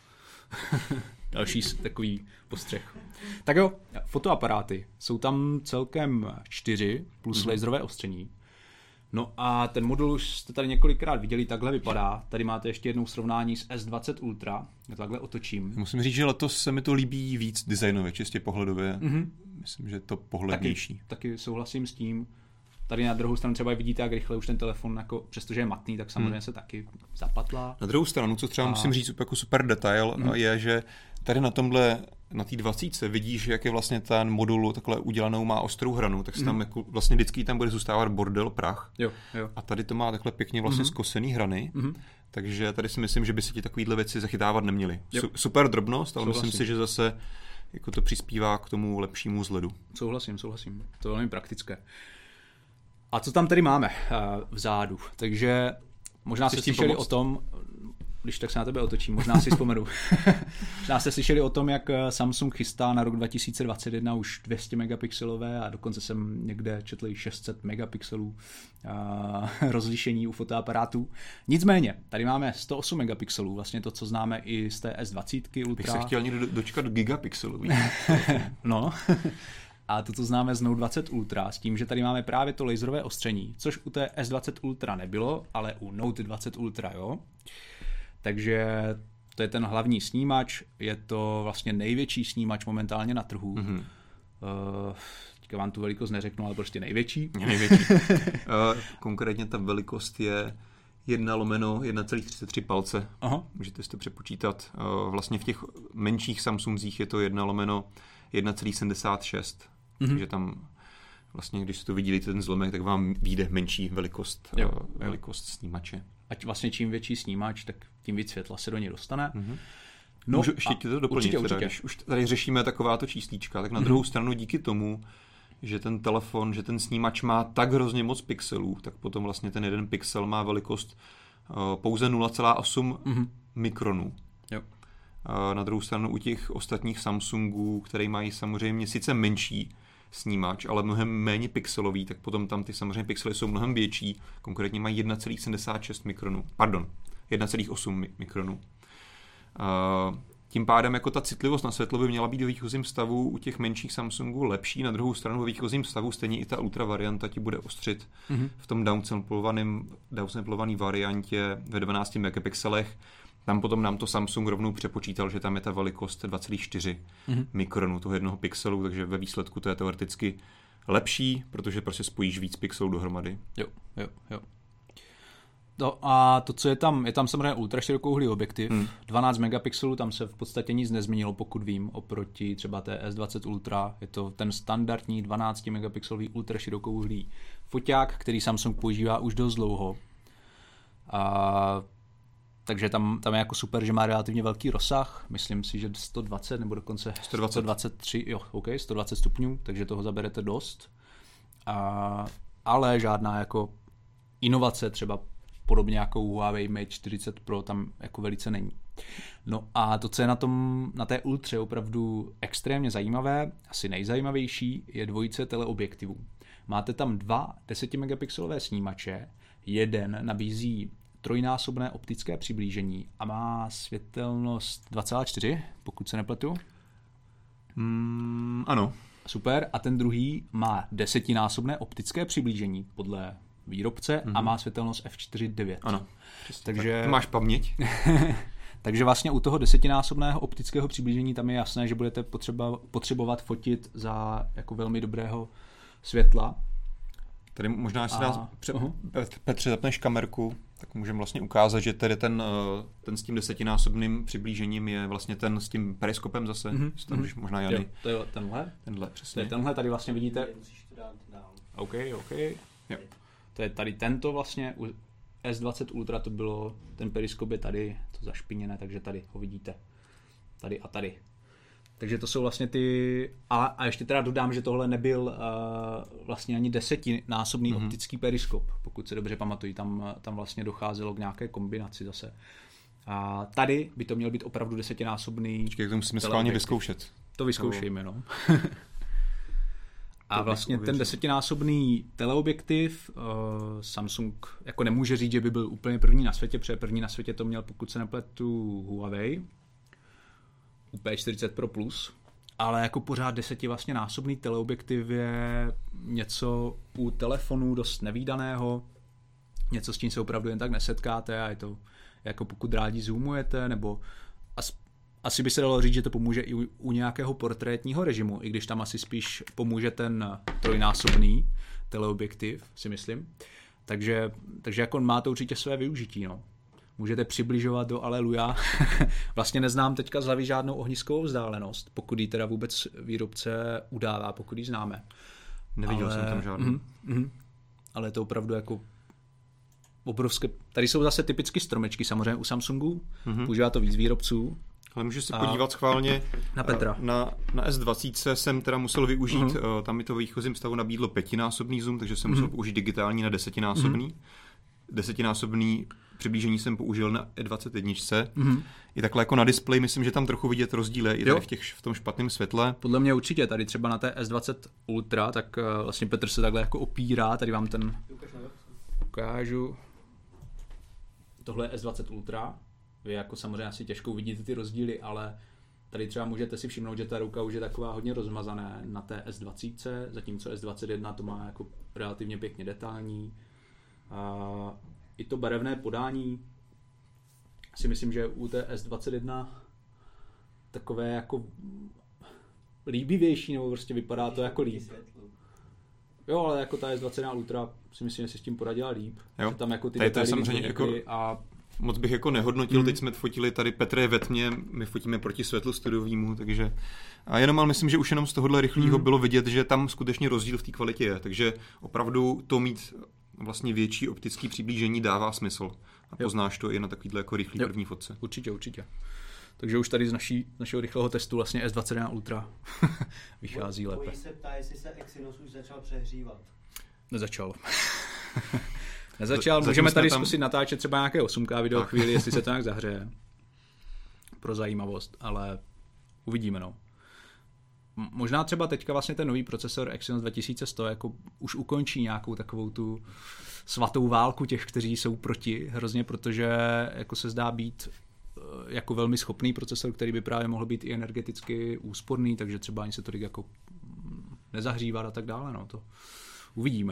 Další takový postřeh. Tak jo, fotoaparáty. Jsou tam celkem čtyři plus mm-hmm. laserové ostření. No a ten modul už jste tady několikrát viděli, takhle vypadá. Tady máte ještě jednou srovnání s S dvacet Ultra. Já takhle otočím. Musím říct, že letos se mi to líbí víc designově, čistě pohledově. Mm-hmm. Myslím, že je to pohlednější. Taky, taky souhlasím s tím. Tady na druhou stranu třeba vidíte, jak rychle už ten telefon, jako, přestože je matný, tak samozřejmě hmm. se taky zapatlá. Na druhou stranu, co třeba a... musím říct jako super detail, hmm. je, že tady na tomhle, na té dvacítce vidíš, jak je vlastně ten modul takhle udělanou, má ostrou hranu, tak se tam hmm. jako, vlastně vždycky tam bude zůstávat bordel, prach. Jo, jo. A tady to má takhle pěkně vlastně hmm. zkosený hrany, hmm. takže tady si myslím, že by se ti takovýhle věci zachytávat neměly. Su- super drobnost, ale souhlasím. Myslím si, že zase jako to přispívá k tomu lepšímu vzhledu. Souhlasím, souhlasím. To je velmi praktické. A co tam tady máme uh, vzadu? Takže možná jste slyšeli o tom, když tak se na tebe otočím, možná si vzpomenu. Možná jste slyšeli o tom, jak Samsung chystá na rok dva tisíce dvacet jedna už dvě stě megapixelové a dokonce jsem někde četl i šest set megapixelů uh, rozlišení u fotoaparátů. Nicméně, tady máme sto osm megapixelů, vlastně to, co známe i z té S dvacet Ultra. Bych se chtěl někdo dočkat gigapixelů. No. A to, co známe z Note dvacet Ultra, s tím, že tady máme právě to laserové ostření, což u té S dvacet Ultra nebylo, ale u Note dvacet Ultra, jo. Takže to je ten hlavní snímač, je to vlastně největší snímač momentálně na trhu. Mm-hmm. Uh, teďka vám tu velikost neřeknu, ale prostě největší. Největší. uh, konkrétně ta velikost je jedna lomeno jedna celá třicet tři palce. Aha. Můžete si to přepočítat. Uh, vlastně v těch menších Samsungzích je to jedna lomeno jedna celá sedmdesát šest. Mm-hmm. Takže tam vlastně, když si to vidíte ten zlomek, tak vám vyjde menší velikost, jo, uh, velikost jo. snímače. Ať vlastně čím větší snímač, tak tím víc světla se do něj dostane. Mm-hmm. No, můžu ještě ti to doplnit. Určitě, teda, určitě. Když už tady řešíme takováto číslíčka, tak na mm-hmm. druhou stranu díky tomu, že ten telefon, že ten snímač má tak hrozně moc pixelů, tak potom vlastně ten jeden pixel má velikost uh, pouze nula celá osm mm-hmm. mikronů. Jo. Uh, na druhou stranu u těch ostatních Samsungů, které mají samozřejmě sice menší snímač, ale mnohem méně pixelový, tak potom tam ty samozřejmě pixely jsou mnohem větší, konkrétně mají jedna celá sedmdesát šest mikronů, pardon, jedna celá osm mikronů. Uh, tím pádem jako ta citlivost na světlo by měla být ve výchozím stavu u těch menších Samsungů lepší, na druhou stranu ve výchozím stavu stejně i ta ultra varianta ti bude ostřit mm-hmm. v tom downsamplovaném, downsamplované variantě ve dvanácti megapixelech. Tam potom nám to Samsung rovnou přepočítal, že tam je ta velikost dva celá čtyři mm-hmm. mikronu toho jednoho pixelu, takže ve výsledku to je teoreticky lepší, protože prostě spojíš víc pixelů dohromady. Jo, jo, jo. No a to, co je tam, je tam samozřejmě ultraširokouhlý objektiv, hmm. dvanáct megapixelů, tam se v podstatě nic nezměnilo, pokud vím, oproti třeba té S dvacet Ultra. Je to ten standardní dvanáct megapixelový ultraširokouhlý foťák, který Samsung používá už dost dlouho. A takže tam, tam je jako super, že má relativně velký rozsah, myslím si, že sto dvacet nebo dokonce sto dvacet. sto dvacet tři, jo, OK, sto dvacet stupňů, takže toho zaberete dost. A, ale žádná jako inovace, třeba podobně jako Huawei Mate čtyřicet Pro, tam jako velice není. No a to, co je na tom, na té Ultře opravdu extrémně zajímavé, asi nejzajímavější, je dvojice teleobjektivů. Máte tam dva deset megapixelové snímače, jeden nabízí trojnásobné optické přiblížení a má světelnost dva celá čtyři, pokud se nepletu. Mm, ano. Super. A ten druhý má desetinásobné optické přiblížení podle výrobce mm-hmm. a má světelnost F čtyři devět. Ano. Takže tak máš paměť. Takže vlastně u toho desetinásobného optického přiblížení tam je jasné, že budete potřeba, potřebovat fotit za jako velmi dobrého světla. Tady možná, jestli nás pře- uh-huh. Petře zapneš kamerku, tak můžeme vlastně ukázat, že tady ten, ten s tím desetinásobným přiblížením je vlastně ten s tím periskopem zase. Mm-hmm. Tam, mm-hmm. možná Jany. Jo, to je tenhle. Tenhle, přesně. To je tenhle, tady vlastně vidíte. Musíš to dát dál. OK, OK. Jo. To je tady tento vlastně, u S dvacet Ultra to bylo, ten periskop je tady, to zašpiněné, takže tady ho vidíte. Tady a tady. Takže to jsou vlastně ty, a, a ještě teda dodám, že tohle nebyl uh, vlastně ani desetinásobný mm-hmm. optický periskop, pokud se dobře pamatují, tam, tam vlastně docházelo k nějaké kombinaci zase. A tady by to měl být opravdu desetinásobný. Počkej, to musíme schválně vyzkoušet. To vyzkoušejme, no. A vlastně ten desetinásobný teleobjektiv uh, Samsung jako nemůže říct, že by byl úplně první na světě, protože první na světě to měl, pokud se nepletu, Huawei U P čtyřicet Pro Plus, ale jako pořád deseti vlastně násobný teleobjektiv je něco u telefonů dost nevídaného, něco s tím se opravdu jen tak nesetkáte a je to jako pokud rádi zoomujete, nebo as, asi by se dalo říct, že to pomůže i u, u nějakého portrétního režimu, i když tam asi spíš pomůže ten trojnásobný teleobjektiv, si myslím. Takže, takže jako má to určitě své využití, no. Můžete přibližovat do aleluja. Vlastně neznám teďka z hlavy žádnou ohniskovou vzdálenost, pokud ji teda vůbec výrobce udává, pokud ji známe. Neviděl ale, jsem tam žádnou. Mm, mm, ale je to opravdu jako obrovské. Tady jsou zase typicky stromečky samozřejmě u Samsungu, mm-hmm. používá to víc výrobců. Ale můžeš se podívat schválně na Petra. Na, na S dvacet jsem teda musel využít, mm-hmm. tam mi to v výchozím stavu nabídlo pětinásobný zoom, takže jsem mm-hmm. musel použít digitální na desetinásobný. Mm-hmm. Desetinásobný přiblížení jsem použil na E dvacet jedna. Mm-hmm. I takhle jako na displeji myslím, že tam trochu vidět rozdíly i tady v, těch, v tom špatném světle. Podle mě určitě, tady třeba na té S dvacet Ultra, tak uh, vlastně Petr se takhle jako opírá, tady vám ten ukážu. Tohle je S dvacet Ultra, vy jako samozřejmě asi těžko vidíte ty rozdíly, ale tady třeba můžete si všimnout, že ta ruka už je taková hodně rozmazaná na té S dvacet, zatímco S dvacet jedna to má jako relativně pěkně detailní. A i to barevné podání si myslím, že u té S dvacet jedna takové jako líbivější, nebo prostě vypadá to jako líp. Jo, ale jako ta S dvacet jedna Ultra si myslím, že si s tím poradila líp. Jo. Že tam jako ty tady to je samozřejmě jako a moc bych jako nehodnotil, mm. teď jsme fotili, tady Petr je ve tmě, my fotíme proti světlu studiovému, takže a jenom ale myslím, že už jenom z tohohle rychlého mm. bylo vidět, že tam skutečně rozdíl v té kvalitě je, takže opravdu to mít vlastně větší optický přiblížení dává smysl a poznáš to i na takovýhle jako rychlý jo. první fotce. Určitě, určitě. Takže už tady z naší, našeho rychlého testu vlastně S dvacet jedna Ultra vychází lépe. Bojí se ptá, jestli se Exynos už začal přehřívat. Nezačal. Nezačal, můžeme tady tam zkusit natáčet třeba nějaké osm ká video tak. chvíli, jestli se to nějak zahřeje. Pro zajímavost, ale uvidíme, no. Možná třeba teďka vlastně ten nový procesor Exynos dva tisíce sto jako už ukončí nějakou takovou tu svatou válku těch, kteří jsou proti hrozně, protože jako se zdá být jako velmi schopný procesor, který by právě mohl být i energeticky úsporný, takže třeba ani se tolik jako nezahřívat a tak dále, no to uvidíme.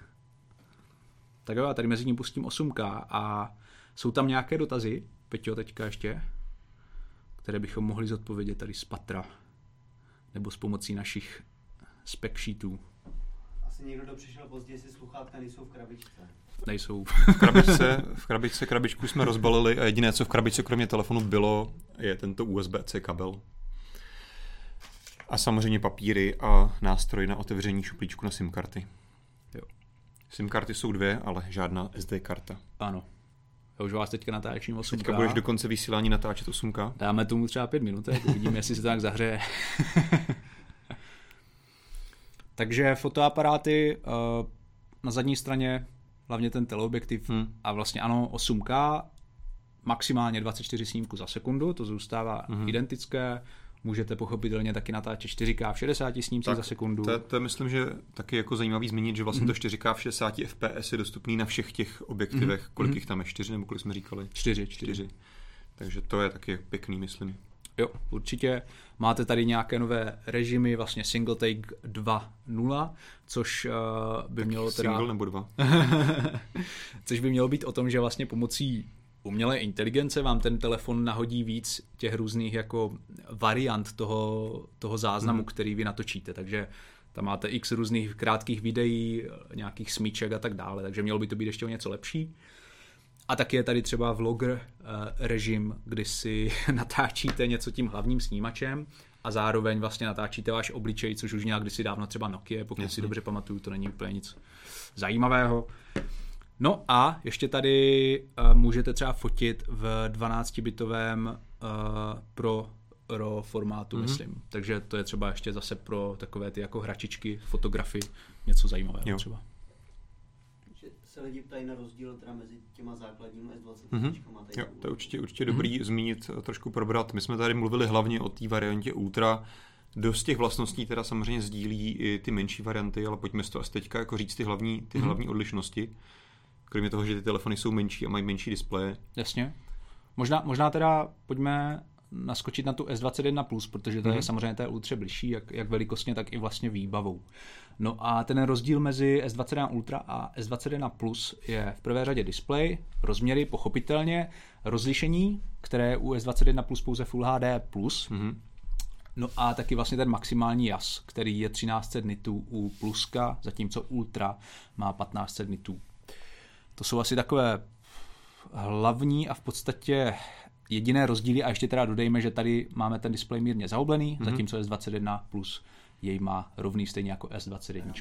Tak jo, já tady mezi ním pustím osm ká a jsou tam nějaké dotazy, Peťo, teďka ještě, které bychom mohli zodpovědět tady z Patra, nebo s pomocí našich spec sheetů. Asi někdo, kdo přišel později, si sluchátka nejsou v krabičce. Nejsou. V krabičce, v krabičce krabičku jsme rozbalili a jediné, co v krabičce kromě telefonu bylo, je tento U S B C kabel. A samozřejmě papíry a nástroj na otevření šuplíčku na SIM karty. Jo. SIM karty jsou dvě, ale žádná S D karta. Ano. Já už vás teďka natáčím osm ká. Teďka budeš do konce vysílání natáčet osm ká. Dáme tomu třeba pět minut, uvidíme, jestli se to tak zahřeje. Takže fotoaparáty uh, na zadní straně, hlavně ten teleobjektiv hmm. a vlastně ano, osm ká, maximálně dvacet čtyři snímků za sekundu, to zůstává hmm. identické. Můžete pochopitelně taky natáčet čtyři ká v šedesáti snímcích za sekundu. To, to myslím, že taky jako zajímavý zmínit, že vlastně mm-hmm. to čtyři ká v šedesáti F P S je dostupný na všech těch objektivech. Mm-hmm. Kolik jich tam je? Čtyři nebo kolik jsme říkali? Čtyři. Čtyři. Takže to je taky pěkný, myslím. Jo, určitě. Máte tady nějaké nové režimy, vlastně single take dva tečka nula, což uh, by tak mělo teda... Single nebo dva? Což by mělo být o tom, že vlastně pomocí umělé inteligence vám ten telefon nahodí víc těch různých jako variant toho, toho záznamu, hmm. který vy natočíte, takže tam máte x různých krátkých videí, nějakých smíček a tak dále, takže mělo by to být ještě o něco lepší. A taky je tady třeba vlogger uh, režim, kdy si natáčíte něco tím hlavním snímačem a zároveň vlastně natáčíte váš obličej, což už nějak kdysi dávno třeba Nokia, pokud Jasně. si dobře pamatuju, to není úplně nic zajímavého. No a ještě tady uh, můžete třeba fotit v dvanáctibitovém uh, pro RAW formátu, mm-hmm. myslím. Takže to je třeba ještě zase pro takové ty jako hračičky, fotografii, něco zajímavého jo. třeba. Se lidi ptají na rozdíl teda mezi těma základními S dvacet. Mm-hmm. Jo, to je určitě, určitě mm-hmm. dobrý zmínit, trošku probrat. My jsme tady mluvili hlavně o té variantě Ultra. Dost těch vlastností teda samozřejmě sdílí i ty menší varianty, ale pojďme si to asi teďka jako říct ty hlavní, ty mm-hmm. hlavní odlišnosti. Kromě toho, že ty telefony jsou menší a mají menší displeje. Jasně. Možná, možná teda pojďme naskočit na tu S dvacet jedna plus, protože to mm-hmm. je samozřejmě té Ultře bližší, jak, jak velikostně, tak i vlastně výbavou. No a ten rozdíl mezi S dvacet jedna Ultra a S dvacet jedna plus je v prvé řadě displej, rozměry, pochopitelně, rozlišení, které je u S dvacet jedna plus pouze Full H D plus, mm-hmm. no a taky vlastně ten maximální jas, který je třináct set nitů u pluska, zatímco Ultra má patnáct set nitů. To jsou asi takové hlavní a v podstatě jediné rozdíly a ještě teda dodejme, že tady máme ten displej mírně zaoblený, mm-hmm. zatímco S dvacet jedna plus jej má rovný stejně jako S dvacet jedna.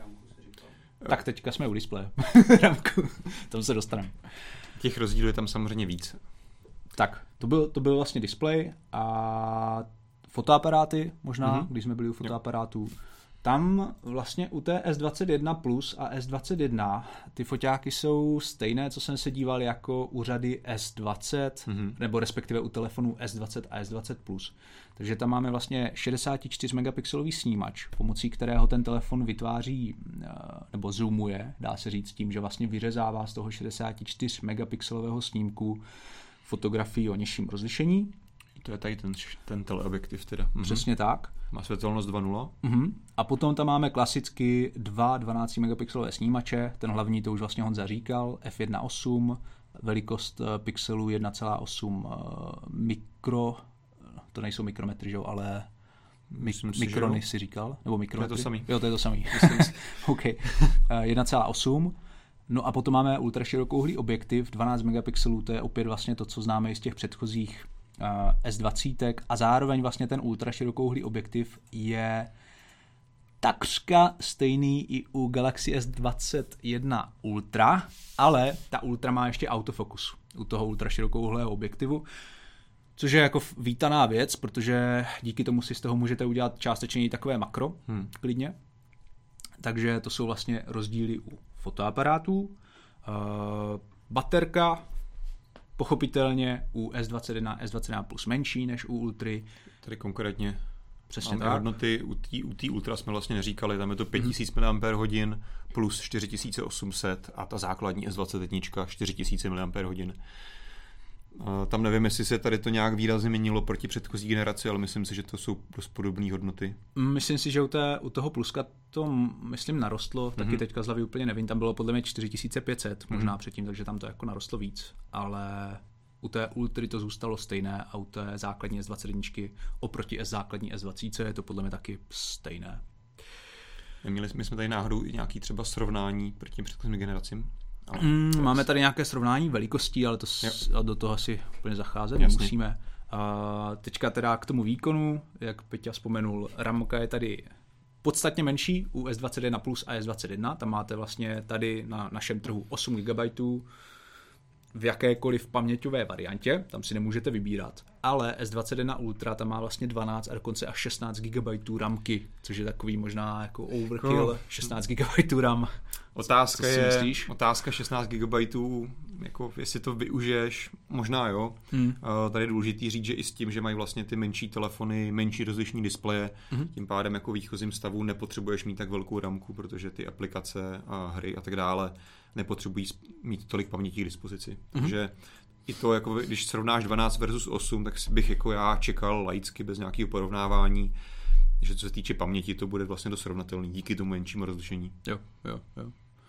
Tak teďka jsme u displeje. Ramku, tam se dostaneme. Těch rozdílů je tam samozřejmě víc. Tak, to byl, to byl vlastně displej a fotoaparáty možná, mm-hmm. když jsme byli u fotoaparátů. Tam vlastně u té S dvacet jedna plus a S dvacet jedna ty foťáky jsou stejné, co jsem se díval jako u řady S dvacet, mm-hmm. nebo respektive u telefonů S dvacet a S dvacet plus. Takže tam máme vlastně šedesát čtyři megapixelový snímač, pomocí kterého ten telefon vytváří nebo zoomuje, dá se říct tím, že vlastně vyřezává z toho šedesát čtyři megapixelového snímku fotografii o nižším rozlišení. To je tady ten, ten teleobjektiv teda. Mhm. Přesně tak. Má světelnost dva tečka nula. Mhm. A potom tam máme klasicky dva dvanáct megapixelové snímače, ten hlavní to už vlastně Honza říkal, F jedna osm, velikost pixelů jedna celá osm mikro, to nejsou mikrometry, že? Ale mik- si, mikrony si říkal, nebo mikrometry? To je to samý. Jo, to je to samý. OK. jedna celá osm. No a potom máme ultraširokouhlý objektiv, dvanáct megapixelů, to je opět vlastně to, co známe i z těch předchozích S dvacet a zároveň vlastně ten ultraširokouhlý objektiv je takřka stejný i u Galaxy S dvacet jedna Ultra, ale ta Ultra má ještě autofokus u toho ultraširokouhlého objektivu, což je jako vítaná věc, protože díky tomu si z toho můžete udělat částečně i takové makro, hmm. klidně. Takže to jsou vlastně rozdíly u fotoaparátů. Uh, baterka pochopitelně u S dvacet jedna, S dvacet jedna plus menší než u Ultry. Tady konkrétně přesně tak. Hodnoty u té u té Ultra jsme vlastně neříkali, tam je to pět tisíc miliampérhodin plus čtyři tisíce osm set a ta základní S dvacet jedna čtyři tisíce miliampérhodin. Tam nevím, jestli se tady to nějak výrazně měnilo proti předchozí generaci, ale myslím si, že to jsou dost podobné hodnoty. Myslím si, že u, té, u toho pluska to, myslím, narostlo, taky mm-hmm. teďka z hlavy úplně nevím, tam bylo podle mě čtyři tisíce pět set, mm-hmm. možná předtím, takže tam to jako narostlo víc, ale u té Ultry to zůstalo stejné a u té základní S dvacet jedna oproti S základní S dvacet je to podle mě taky stejné. Měli, my jsme tady náhodou i nějaký třeba srovnání proti těm předchozím generacím. Mm, máme tady nějaké srovnání velikostí, ale to s, do toho asi úplně zacházet Jasně. nemusíme. A teďka teda k tomu výkonu, jak Peťa vzpomenul, ramka je tady podstatně menší u S dvacet jedna plus a S dvacet jedna. Tam máte vlastně tady na našem trhu osm gigabajtů v jakékoliv paměťové variantě, tam si nemůžete vybírat. Ale S dvacet jedna Ultra tam má vlastně dvanáct a dokonce až šestnáct gigabajtů ramky, což je takový možná jako overkill, no. šestnáct gigabajtů RAM. Otázka je, otázka šestnáct gigabajtů, jako jestli to využiješ, možná jo. Hmm. Tady je důležitý říct, že i s tím, že mají vlastně ty menší telefony, menší rozlišní displeje, hmm. tím pádem jako výchozím stavu nepotřebuješ mít tak velkou ramku, protože ty aplikace a hry a tak dále nepotřebují mít tolik paměti k dispozici. Hmm. Takže i to, jako když srovnáš dvanáct versus osm, tak bych jako já čekal laicky bez nějakého porovnávání, že co se týče paměti, to bude vlastně dost srovnatelný díky tomu menšímu rozlišení. Jo, jo, jo.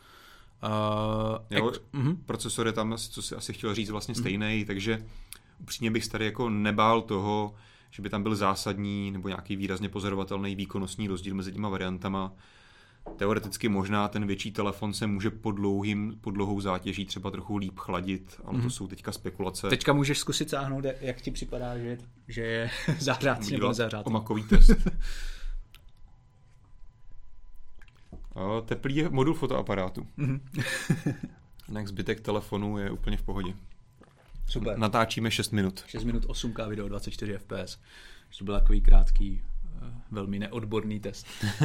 Uh, jo ex- uh-huh. Procesor je tam, co si asi chtěl říct, vlastně stejný, uh-huh. takže upřímně bych tady jako nebál toho, že by tam byl zásadní nebo nějaký výrazně pozorovatelný výkonnostní rozdíl mezi těma variantama. Teoreticky možná ten větší telefon se může pod, dlouhým, pod dlouhou zátěží třeba trochu líp chladit, ale mm-hmm. to jsou teďka spekulace. Teďka můžeš zkusit sáhnout, jak ti připadá, že, že je zahřátý nebo nezahřátý. Omakový test. Teplý je modul fotoaparátu. Mm-hmm. Jinak zbytek telefonu je úplně v pohodě. Super. Natáčíme šest minut. šest minut osm ká video, dvacet čtyři ef pé es. To byl takový krátký, velmi neodborný test.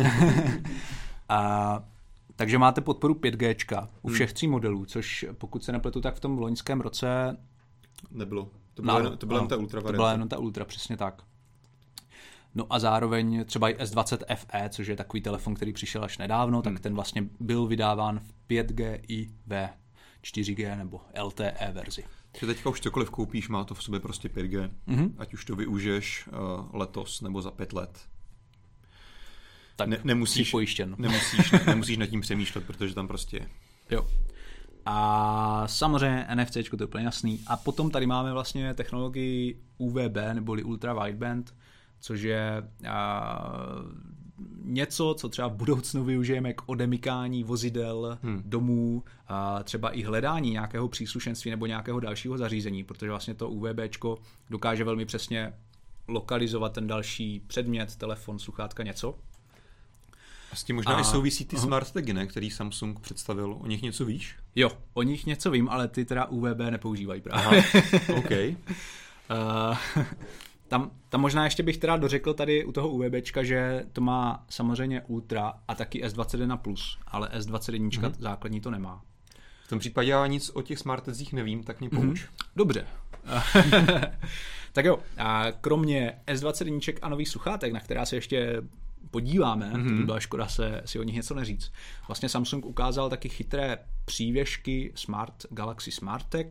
A, takže máte podporu pět G u všech tří modelů, což pokud se nepletu, tak v tom loňském roce nebylo. To byla, no, to byla jen ta ultra varianta. To byla jenom ta ultra, přesně tak. No a zároveň třeba i S dvacet F E, což je takový telefon, který přišel až nedávno, hmm. tak ten vlastně byl vydáván v pět G i ve čtyři G nebo L T E verzi. Že teďka už cokoliv koupíš, má to v sobě prostě pět G. Mm-hmm. Ať už to využiješ uh, letos nebo za pět let. Tak ne, nemusíš, pojištěn. Nemusíš, nemusíš nad tím přemýšlet, protože tam prostě je. Jo. A samozřejmě N F C, to je úplně jasný. A potom tady máme vlastně technologii U V B, neboli Ultra Wideband, což je a, něco, co třeba v budoucnu využijeme k odemykání vozidel, hmm. domů, a třeba i hledání nějakého příslušenství nebo nějakého dalšího zařízení, protože vlastně to UVBčko dokáže velmi přesně lokalizovat ten další předmět, telefon, sluchátka, něco. A s tím možná a... i souvisí ty uh-huh. smart tagy, ne, který Samsung představil. O nich něco víš? Jo, o nich něco vím, ale ty teda U V B nepoužívají právě. Aha, OK. uh, Tam, tam možná ještě bych teda dořekl tady u toho UVBčka, že to má samozřejmě Ultra a taky S dvacet jedna plus, ale S dvacet jedna mm-hmm. základní to nemá. V tom případě já nic o těch smart tadzích nevím, tak mě pouč. Mm-hmm. Dobře. Tak jo, a kromě S dvacet jedna a nových sluchátek, na která se ještě podíváme, mm-hmm. to by byla škoda se, si o nich něco neříct. Vlastně Samsung ukázal taky chytré přívěšky Smart Galaxy SmartTag.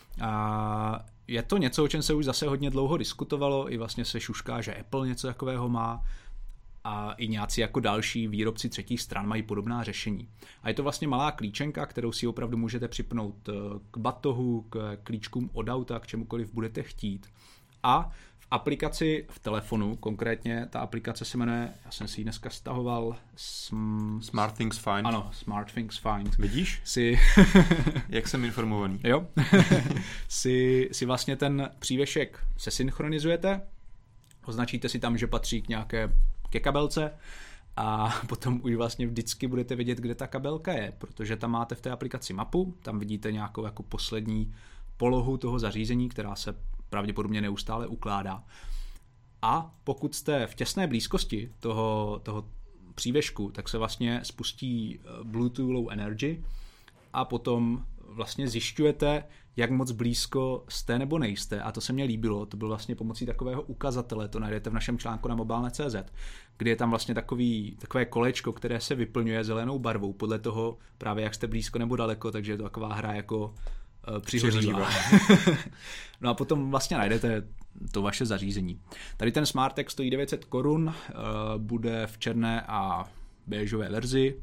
A je to něco, o čem se už zase hodně dlouho diskutovalo, i vlastně se šušká, že Apple něco takového má a i nějací jako další výrobci třetích stran mají podobná řešení. A je to vlastně malá klíčenka, kterou si opravdu můžete připnout k batohu, k klíčkům od auta, k čemukoliv budete chtít. A v aplikaci v telefonu, konkrétně ta aplikace se jmenuje, já jsem si ji dneska stahoval, sm... SmartThings Find. Ano, SmartThings Find. Vidíš? Si... Jak jsem informovaný. Jo. si, si vlastně ten přívěšek sesynchronizujete, označíte si tam, že patří k nějaké ke kabelce a potom už vlastně vždycky budete vědět, kde ta kabelka je, protože tam máte v té aplikaci mapu, tam vidíte nějakou jako poslední polohu toho zařízení, která se pravděpodobně neustále ukládá. A pokud jste v těsné blízkosti toho, toho přívěšku, tak se vlastně spustí Bluetooth Low Energy a potom vlastně zjišťujete, jak moc blízko jste nebo nejste. A to se mně líbilo, to bylo vlastně pomocí takového ukazatele, to najdete v našem článku na mobilne tečka cé zet, kdy je tam vlastně takový, takové kolečko, které se vyplňuje zelenou barvou, podle toho právě jak jste blízko nebo daleko, takže je to taková hra jako přihořívá. No a potom vlastně najdete to vaše zařízení. Tady ten SmartTag stojí devět set korun, bude v černé a béžové verzi.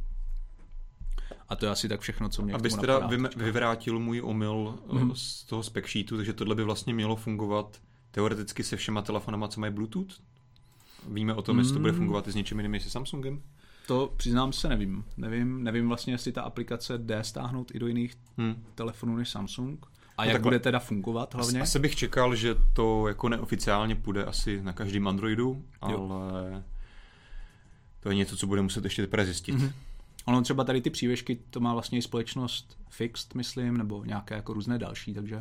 A to je asi tak všechno, co mě Abys k tomu teda napadá. vyvrátil můj omyl mm-hmm. z toho spec sheetu, takže tohle by vlastně mělo fungovat teoreticky se všema telefonama, co mají Bluetooth? Víme o tom, mm. jestli to bude fungovat i s něčím jiným, jestli Samsungem? To přiznám se nevím. Nevím, nevím vlastně, jestli ta aplikace jde stáhnout i do jiných hmm. telefonů než Samsung. A no jak bude teda fungovat hlavně? Asi bych čekal, že to jako neoficiálně půjde asi na každém Androidu, jo. ale to je něco, co bude muset ještě teprve zjistit. Mm-hmm. Ono třeba tady ty přívěšky, to má vlastně i společnost Fixed, myslím, nebo nějaké jako různé další, takže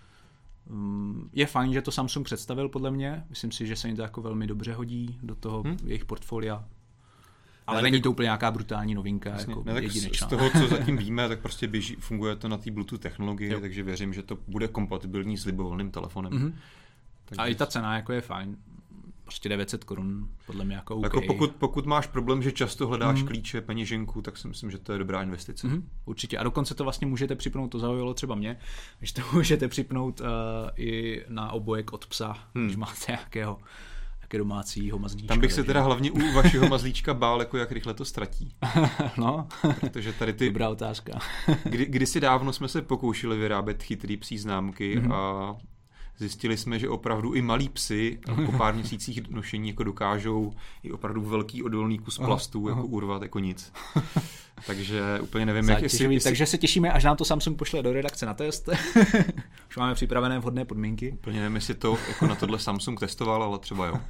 um, je fajn, že to Samsung představil podle mě. Myslím si, že se jim to jako velmi dobře hodí do toho hmm. jejich portfolia. Ale ne, není to úplně nějaká brutální novinka, jasně, jako ne, jedinečná. Z toho, co zatím víme, tak prostě běží, funguje to na té Bluetooth technologii, jo. takže věřím, že to bude kompatibilní s libovolným telefonem. Mm-hmm. Takže... A i ta cena jako je fajn. Prostě devět set korun, podle mě jako OK. Jako pokud, pokud máš problém, že často hledáš mm. klíče, peněženku, tak si myslím, že to je dobrá investice. Mm, určitě. A dokonce to vlastně můžete připnout, to zaujalo třeba mě, že to můžete připnout uh, i na obojek od psa, mm. když máte nějakého jaké domácího mazlíčka. Tam bych se teda hlavně u vašeho mazlíčka bál, jako jak rychle to ztratí. No, protože tady ty... Dobrá otázka. kdy, kdysi dávno jsme se pokoušeli vyrábět chytrý psí známky mm-hmm. a zjistili jsme, že opravdu i malí psi po pár měsících nošení jako dokážou i opravdu velký odolný kus plastu jako urvat jako nic. Takže úplně nevím, jak jestli, jestli... Takže se těšíme, až nám to Samsung pošle do redakce na test. Už máme připravené vhodné podmínky. Úplně nevím, jestli to jako na tohle Samsung testoval, ale třeba jo.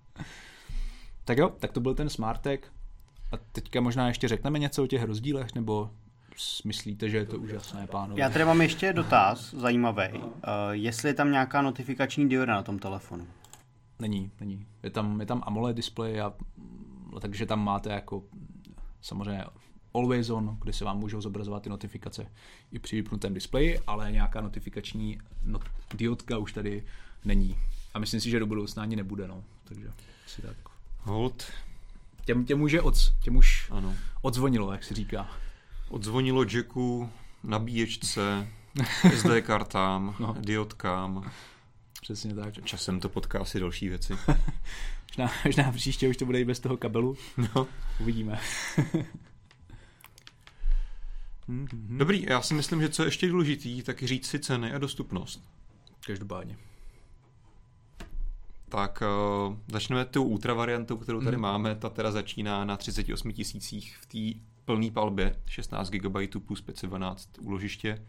Tak jo, tak to byl ten SmartTag. A teďka možná ještě řekneme něco o těch rozdílech, nebo myslíte, že je to úžasné, pánové? Já tady mám ještě dotaz zajímavý. Uh, jestli je tam nějaká notifikační dioda na tom telefonu? Není, není. Je tam, je tam AMOLED display, a, takže tam máte jako samozřejmě Always On, kde se vám můžou zobrazovat ty notifikace i při vypnutém displeji, ale nějaká notifikační not- diodka už tady není. A myslím si, že do budoucna ani nebude, no. Takže si tak. Hold. Těm, těm, už, je od, těm už ano. odzvonilo, jak se říká. Odzvonilo jacku, nabíječce, es dé kartám, no. diodkám. Přesně tak. Časem to potká asi další věci. Možná, možná příště už to bude i bez toho kabelu. No. Uvidíme. Dobrý, já si myslím, že co je ještě důležitý, tak říct si ceny a dostupnost. Každopádně. Tak uh, začneme tou ultra variantou, kterou tady mm. máme. Ta teda začíná na třicet osm tisících v té plné palbě, šestnáct gigabajtů plus pět set dvanáct úložiště.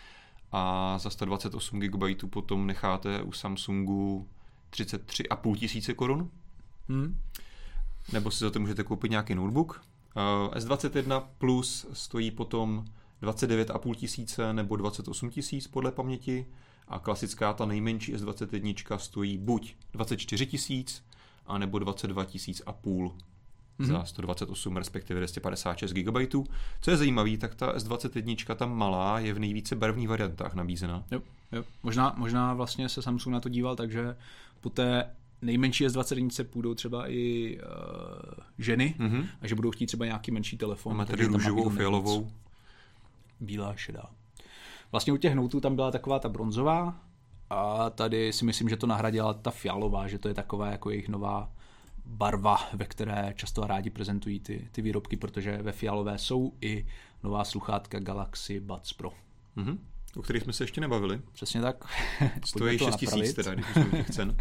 A za sto dvacet osm gigabajtů potom necháte u Samsungu třicet tři a půl tisíce korun. Mm. Nebo si za to můžete koupit nějaký notebook. Uh, S dvacet jedna Plus stojí potom dvacet devět a půl tisíce nebo dvacet osm tisíc podle paměti. A klasická ta nejmenší S dvacet jedna stojí buď dvacet čtyři tisíc, anebo dvacet dva tisíc a půl mm-hmm. za sto dvacet osm, respektive dvě stě padesát šest gigabajtů. Co je zajímavé, tak ta S dvacet jedna, ta malá, je v nejvíce barevných variantách nabízena. Jo, jo. Možná, možná vlastně se Samsung na to díval, takže po té nejmenší S dvacet jedna půjdou třeba i uh, ženy, mm-hmm. a že budou chtít třeba nějaký menší telefon. Máme tady růžovou, fialovou. Bílá, šedá. Vlastně u těch Noteů tam byla taková ta bronzová a tady si myslím, že to nahradila ta fialová, že to je taková jako jejich nová barva, ve které často rádi prezentují ty, ty výrobky, protože ve fialové jsou i nová sluchátka Galaxy Buds Pro. Mm-hmm. O kterých jsme se ještě nebavili. Přesně tak. Stojí šest tisíc teda, když jsou těch cen.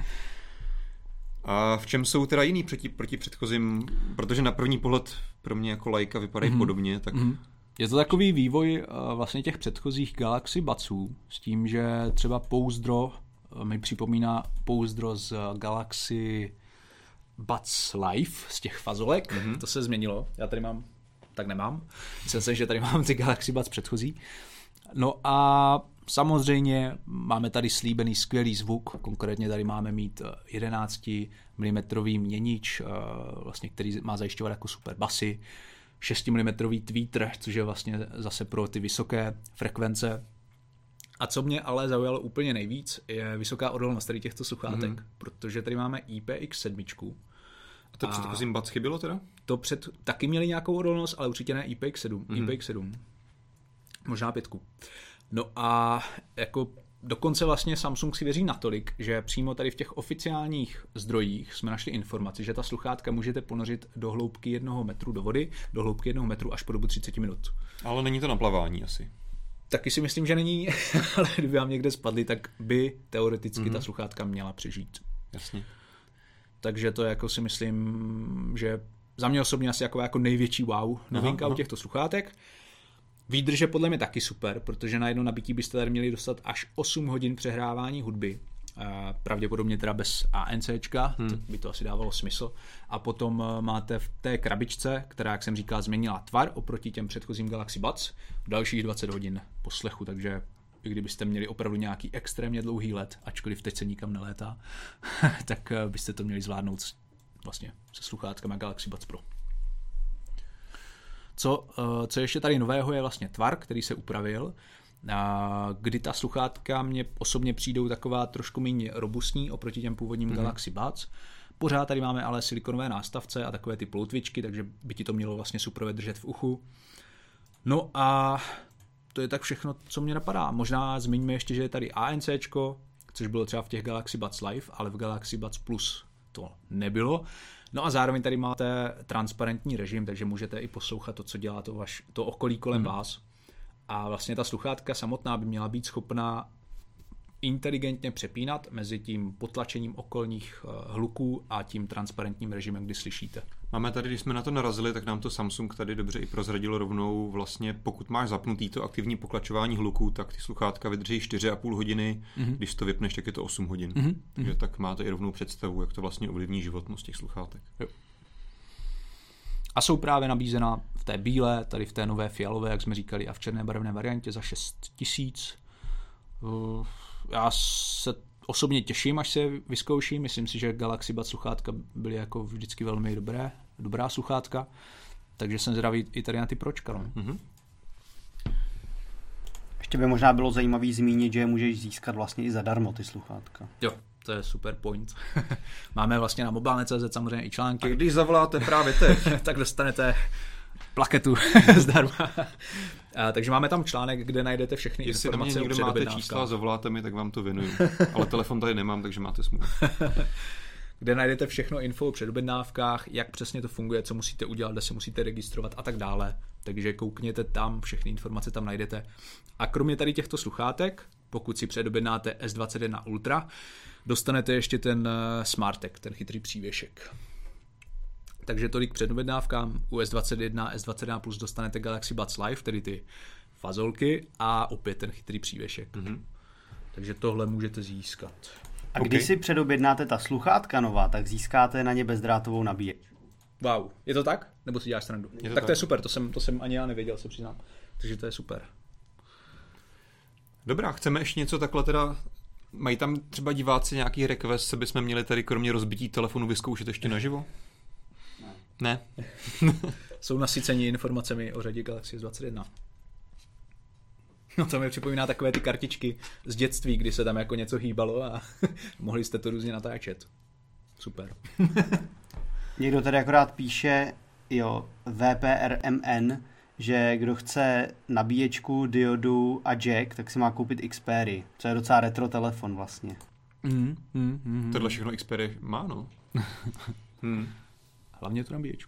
A v čem jsou teda jiný proti, proti předchozím, protože na první pohled pro mě jako laika vypadají mm-hmm. podobně, tak... Mm-hmm. Je to takový vývoj uh, vlastně těch předchozích Galaxy Budsů s tím, že třeba pouzdro uh, mi připomíná pouzdro z Galaxy Buds Live, z těch fazolek, mm-hmm. to se změnilo, já tady mám, tak nemám, myslím si, že tady mám ty Galaxy Buds předchozí. No a samozřejmě máme tady slíbený skvělý zvuk, konkrétně tady máme mít jedenáct milimetrů měnič, uh, vlastně, který má zajišťovat jako super basy, šest milimetrů tweeter, což je vlastně zase pro ty vysoké frekvence. A co mě ale zaujalo úplně nejvíc, je vysoká odolnost tady těchto sluchátek, mm-hmm. protože tady máme I P X sedm. A to předchozím Buds chybilo teda? To před, taky měli nějakou odolnost, ale určitě ne I P X sedm. Mm-hmm. I P X sedm. Možná pětku. No a jako dokonce vlastně Samsung si věří natolik, že přímo tady v těch oficiálních zdrojích jsme našli informaci, že ta sluchátka můžete ponořit do hloubky jednoho metru do vody, do hloubky jednoho metru až po dobu třicet minut. Ale není to na plavání asi. Taky si myslím, že není, ale kdyby vám někde spadli, tak by teoreticky mm-hmm. ta sluchátka měla přežít. Jasně. Takže to jako si myslím, že za mě osobně asi jako, jako největší wow novinka u těchto sluchátek. Výdrž je podle mě taky super, protože na jedno nabití byste tady měli dostat až osm hodin přehrávání hudby. Pravděpodobně teda bez ANCčka, hmm. tak by to asi dávalo smysl. A potom máte v té krabičce, která, jak jsem říkal, změnila tvar oproti těm předchozím Galaxy Buds, dalších dvacet hodin poslechu, takže i kdybyste měli opravdu nějaký extrémně dlouhý let, ačkoliv teď se nikam nelétá, tak byste to měli zvládnout vlastně se sluchátkami Galaxy Buds Pro. Co, co ještě tady nového je vlastně tvar, který se upravil, kdy ta sluchátka mě osobně přijdou taková trošku méně robustní oproti těm původním mm-hmm. Galaxy Buds. Pořád tady máme ale silikonové nástavce a takové ty ploutvičky, takže by ti to mělo vlastně super držet v uchu. No a to je tak všechno, co mě napadá. Možná zmiňme ještě, že je tady ANCčko, což bylo třeba v těch Galaxy Buds Live, ale v Galaxy Buds Plus to nebylo. No a zároveň tady máte transparentní režim, takže můžete i poslouchat to, co dělá to, vaš, to okolí kolem mm. vás. A vlastně ta sluchátka samotná by měla být schopná inteligentně přepínat mezi tím potlačením okolních hluků a tím transparentním režimem, kdy slyšíte. Máme tady, když jsme na to narazili, tak nám to Samsung tady dobře i prozradil rovnou. Vlastně pokud máš zapnutý to aktivní potlačování hluků, tak ty sluchátka vydrží čtyři a půl hodiny, mm-hmm. když to vypneš, tak je to osm hodin. Mm-hmm. Takže tak máte i rovnou představu, jak to vlastně ovlivní životnost těch sluchátek. Jo. A jsou právě nabízena v té bílé, tady v té nové fialové, jak jsme říkali, a v černé barevné variantě za šest tisíc. Já se osobně těším, až se vyzkouším. Myslím si, že Galaxy Buds sluchátka byly jako vždycky velmi dobré, dobrá sluchátka. Takže jsem zvědavý i tady na ty pročka. No. Mm-hmm. Ještě by možná bylo zajímavý zmínit, že je můžeš získat vlastně i zadarmo ty sluchátka. Jo, to je super point. Máme vlastně na mobilne tečka cé zet samozřejmě i články. A když zavoláte právě teď, tak dostanete plaketu zdarma. A, takže máme tam článek, kde najdete všechny jestli informace o někdo máte čísla a zavoláte mi, tak vám to věnuju. Ale telefon tady nemám, takže máte smůlu. Kde najdete všechno info o předobjednávkách, jak přesně to funguje, co musíte udělat, kde se musíte registrovat a tak dále. Takže koukněte tam, všechny informace tam najdete. A kromě tady těchto sluchátek, pokud si předobjednáte S dvacet jedna Ultra, dostanete ještě ten SmartTag, ten chytrý přívěšek. Takže tolik předobjednávkám. U S dvacet jedna, S dvacet jedna Plus dostanete Galaxy Buds Live, tedy ty fazolky a opět ten chytrý přívěšek. Mm-hmm. Takže tohle můžete získat. A když okay. si předobjednáte ta sluchátka nová, tak získáte na ně bezdrátovou nabíječku. Wow, je to tak? Nebo si děláš srandu? To tak, tak to je super, to jsem, to jsem ani já nevěděl, se přiznám. Takže to je super. Dobrá, chceme ještě něco takhle teda, mají tam třeba diváci nějaký request, co bychom měli tady kromě rozbití telefonu vyzkoušet ještě naživo? Ne. Ne? Jsou nasyceni informacemi o řadě Galaxy S dvacet jedna. No to mi připomíná takové ty kartičky z dětství, kdy se tam jako něco hýbalo a mohli jste to různě natáčet. Super. Někdo tady akorát píše, jo, V P R M N, že kdo chce nabíječku, diodu a jack, tak si má koupit Xperia, co je docela retro telefon vlastně. Mm, mm, mm, Tohle všechno Xperia má, no. hmm. Hlavně tu nabíječku.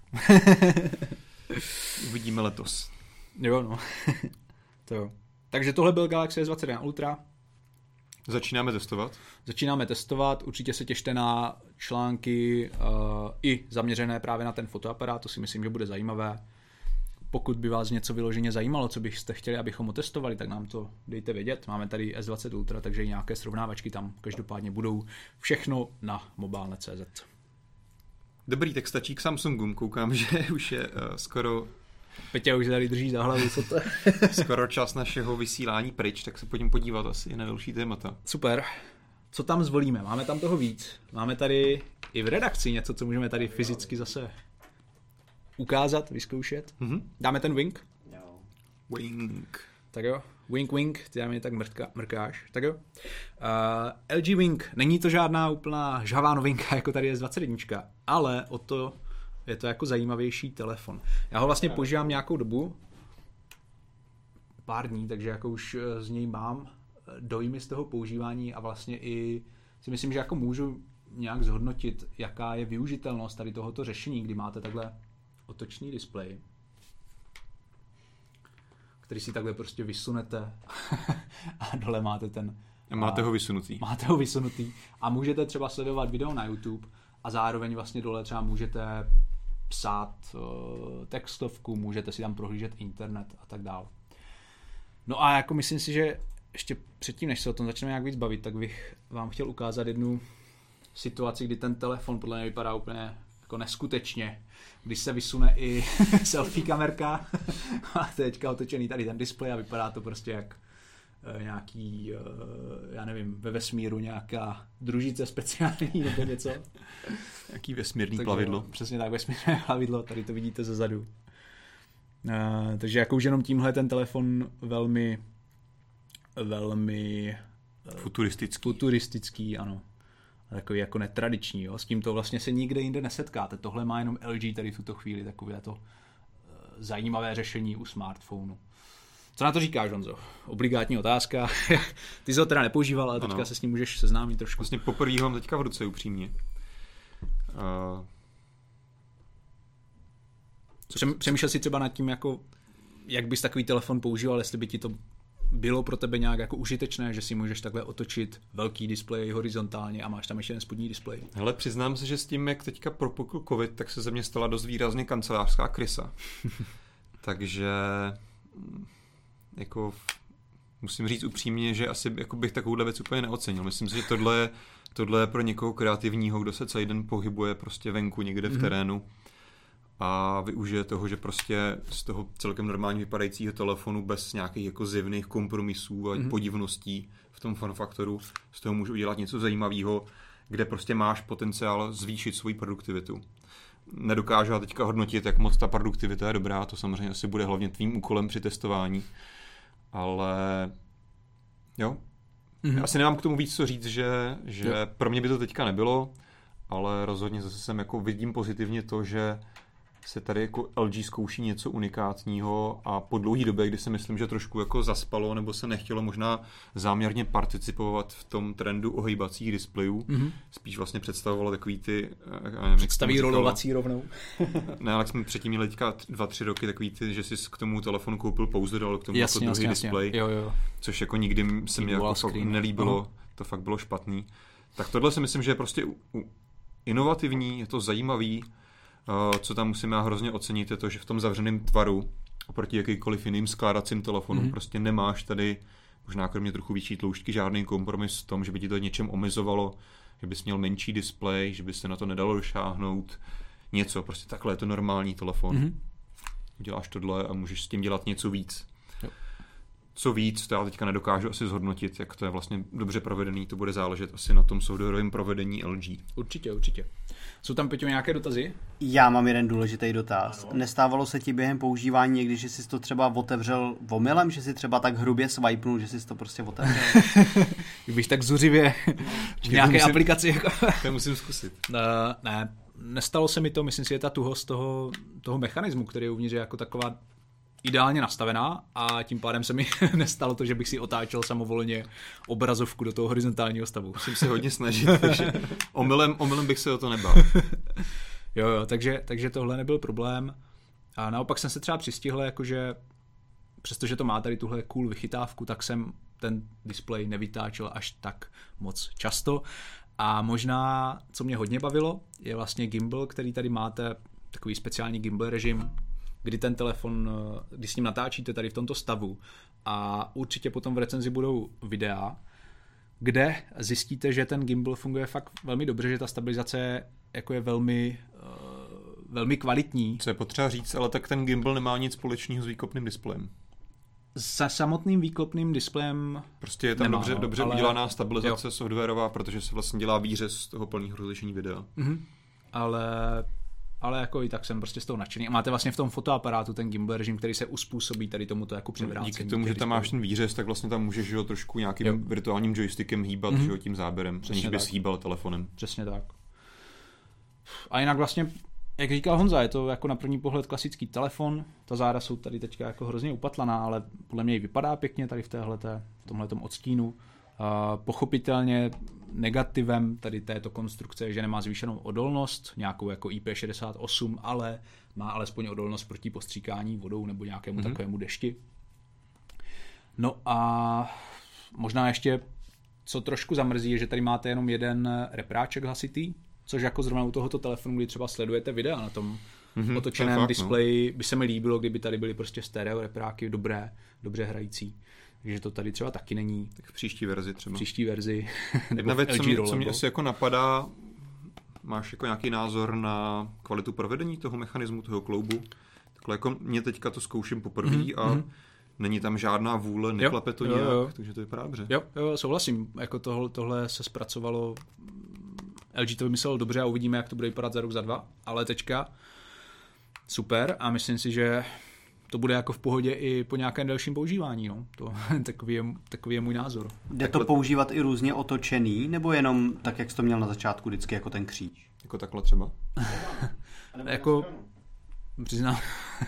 Uvidíme letos. Jo, no. To jo. Takže tohle byl Galaxy S dvacet jedna Ultra. Začínáme testovat. Začínáme testovat, určitě se těšte na články uh, i zaměřené právě na ten fotoaparát, to si myslím, že bude zajímavé. Pokud by vás něco vyloženě zajímalo, co byste chtěli, abychom otestovali, tak nám to dejte vědět. Máme tady S dvacet Ultra, takže i nějaké srovnávačky tam každopádně budou. Všechno na mobilne tečka cé zet. Dobrý, tak stačí k Samsungům. Koukám, že už je uh, skoro... Petě už tady drží za hlavu, co to skoro čas našeho vysílání pryč, tak se pojďme podívat asi na další témata. Super. Co tam zvolíme? Máme tam toho víc. Máme tady i v redakci něco, co můžeme tady fyzicky zase ukázat, vyzkoušet. Mm-hmm. Dáme ten wink? Jo. Wink. Tak jo. Wink, wink, ty na mě tak mrtka, mrkáš. Tak jo. Uh, L G Wink, není to žádná úplná žhavá novinka, jako tady je S dvacet jedna, ale o to je to jako zajímavější telefon. Já ho vlastně používám nějakou dobu, pár dní, takže jako už z něj mám dojmy z toho používání a vlastně i si myslím, že jako můžu nějak zhodnotit, jaká je využitelnost tady tohoto řešení, kdy máte takhle otočný displej, který si takhle prostě vysunete a dole máte ten... A máte ho vysunutý. Máte ho vysunutý a můžete třeba sledovat video na YouTube a zároveň vlastně dole třeba můžete psát uh, textovku, můžete si tam prohlížet internet a tak dále. No a jako myslím si, že ještě předtím, než se o tom začneme nějak víc bavit, tak bych vám chtěl ukázat jednu situaci, kdy ten telefon podle mě vypadá úplně jako neskutečně, když se vysune i selfie kamerka a teďka otočený tady ten displej a vypadá to prostě jak uh, nějaký, uh, já nevím, ve vesmíru nějaká družice speciální nebo něco. Jaký vesmírný takže, plavidlo. Přesně tak, vesmírné plavidlo, tady to vidíte ze zadu. Uh, takže jako už jenom tímhle ten telefon velmi velmi uh, futuristický. futuristický, ano. Takový jako netradiční, jo. S tím to vlastně se nikde jinde nesetkáte. Tohle má jenom L G tady v tuto chvíli, takové to uh, zajímavé řešení u smartphonu. Co na to říkáš, Honzo? Obligátní otázka. Ty jsi ho teda nepoužíval, ale teďka ano. se s ním můžeš seznámit trošku. Vlastně poprvé ho mám teďka v ruce, upřímně. Uh... Přemýšlel jsi třeba nad tím, jako, jak bys takový telefon používal, jestli by ti to bylo pro tebe nějak jako užitečné, že si můžeš takhle otočit velký displej horizontálně a máš tam ještě ten spodní displej. Hele, přiznám se, že s tím, jak teďka propukl covid, tak se ze mě stala dost výrazně kancelářská krysa. Takže jako musím říct upřímně, že asi jako bych takovouhle věc úplně neocenil. Myslím si, že tohle je, tohle je pro někoho kreativního, kdo se celý den pohybuje prostě venku někde v terénu a využije toho, že prostě z toho celkem normálně vypadajícího telefonu bez nějakých jako zjevných kompromisů a mm-hmm. podivností v tom form-faktoru z toho můžu udělat něco zajímavého, kde prostě máš potenciál zvýšit svoji produktivitu. Nedokážu já teďka hodnotit, jak moc ta produktivita je dobrá, to samozřejmě asi bude hlavně tvým úkolem při testování, ale jo, mm-hmm. asi nemám k tomu víc co říct, že, že pro mě by to teďka nebylo, ale rozhodně zase jsem jako vidím pozitivně to, že se tady jako L G zkouší něco unikátního a po dlouhé době, kdy si myslím, že trošku jako zaspalo nebo se nechtělo možná záměrně participovat v tom trendu ohýbacích displejů, mm-hmm. spíš vlastně představovalo takový ty... Nevím, představí rolovací rovnou. Ne, ale jsme předtím měli teďka dva, tři roky takový ty, že jsi k tomu telefonu koupil pouze, dal k tomu jasně, jako druhý jasně, displej, jo, jo. což jako nikdy se mi jako fakt nelíbilo, uh-huh. to fakt bylo špatný. Tak tohle si myslím, že je prostě u, u, inovativní, je to zajímavý. Uh, co tam musíme hrozně ocenit, je to, že v tom zavřeném tvaru oproti jakýkoliv jiným skládacím telefonům mm-hmm. prostě nemáš tady, možná kromě trochu větší tloušťky, žádný kompromis v tom, že by ti to něčem omezovalo, že bys měl menší displej, že by se na to nedalo došáhnout. Něco, prostě takhle je to normální telefon. Mm-hmm. Uděláš tohle a můžeš s tím dělat něco víc. Jo. Co víc, to já teďka nedokážu asi zhodnotit, jak to je vlastně dobře provedený, to bude záležet asi na tom softwarovém provedení L G. Určitě, určitě. Jsou tam, Peťo, nějaké dotazy? Já mám jeden důležitý dotaz. Ano. Nestávalo se ti během používání někdy, že jsi to třeba otevřel omylem, že jsi třeba tak hrubě swipenul, že jsi to prostě otevřel? Kdybych tak zuřivě v nějaké musím, aplikaci. Jako... to musím zkusit. Uh, ne, nestalo se mi to, myslím si, je ta tuhost toho, toho mechanismu, který je uvnitř jako taková ideálně nastavená a tím pádem se mi nestalo to, že bych si otáčel samovolně obrazovku do toho horizontálního stavu. Musím se hodně snažit, takže omylem, omylem bych se o to nebál. jo, jo, takže, takže tohle nebyl problém. A naopak jsem se třeba přistihl, jakože přestože to má tady tuhle cool vychytávku, tak jsem ten displej nevytáčel až tak moc často. A možná, co mě hodně bavilo, je vlastně gimbal, který tady máte, takový speciální gimbal režim, kdy ten telefon, když s ním natáčíte tady v tomto stavu a určitě potom v recenzi budou videa, kde zjistíte, že ten gimbal funguje fakt velmi dobře, že ta stabilizace jako je velmi, uh, velmi kvalitní. Co je potřeba říct, ale tak ten gimbal nemá nic společného s výkopným displejem. Se samotným výkopným displejem prostě je tam nemá, dobře, dobře ale... udělaná stabilizace jo. softwarová, protože se vlastně dělá výřez z toho plného rozlišení videa. Mm-hmm. Ale... ale jako i tak jsem prostě z toho nadšený. A máte vlastně v tom fotoaparátu ten gimbal režim, který se uspůsobí tady tomuto jako převrácení. Díky tomu, že tam máš ten výřez, tak vlastně tam můžeš jo, trošku nějakým jo. virtuálním joystickem hýbat mm-hmm. jo, tím záběrem, aniž bys hýbal telefonem. Přesně tak. A jinak vlastně, jak říkal Honza, je to jako na první pohled klasický telefon. Ta záda jsou tady teďka jako hrozně upatlaná, ale podle mě i vypadá pěkně tady v téhleté, v tomhletom odstínu. Uh, pochopitelně negativem tady této konstrukce je, že nemá zvýšenou odolnost, nějakou jako I P šedesát osm, ale má alespoň odolnost proti postříkání vodou nebo nějakému mm-hmm. takovému dešti. No a možná ještě, co trošku zamrzí, je, že tady máte jenom jeden repráček hlasitý, což jako zrovna u tohoto telefonu, kdy třeba sledujete videa na tom mm-hmm, otočeném fakt, displeji, no. by se mi líbilo, kdyby tady byly prostě stereo repráky dobré, dobře hrající. Takže to tady třeba taky není. Tak v příští verzi třeba. V příští verzi. Jedna věc, co mě, co mě asi jako napadá, máš jako nějaký názor na kvalitu provedení toho mechanismu, toho kloubu? Takhle jako mě teďka to zkouším poprvé mm-hmm. a není tam žádná vůle, neklape to nějak, jo, jo. takže to vypadá dobře. Jo, jo, souhlasím. Jako tohle, tohle se zpracovalo, L G to vymyslelo dobře a uvidíme, jak to bude vypadat za rok, za dva, ale teďka super a myslím si, že to bude jako v pohodě i po nějakém delším používání. No. To, takový, je, takový je můj názor. Jde takhle... to používat i různě otočený, nebo jenom tak, jak jsi to měl na začátku vždycky, jako ten kříž? Jako takhle třeba? jako, přiznám,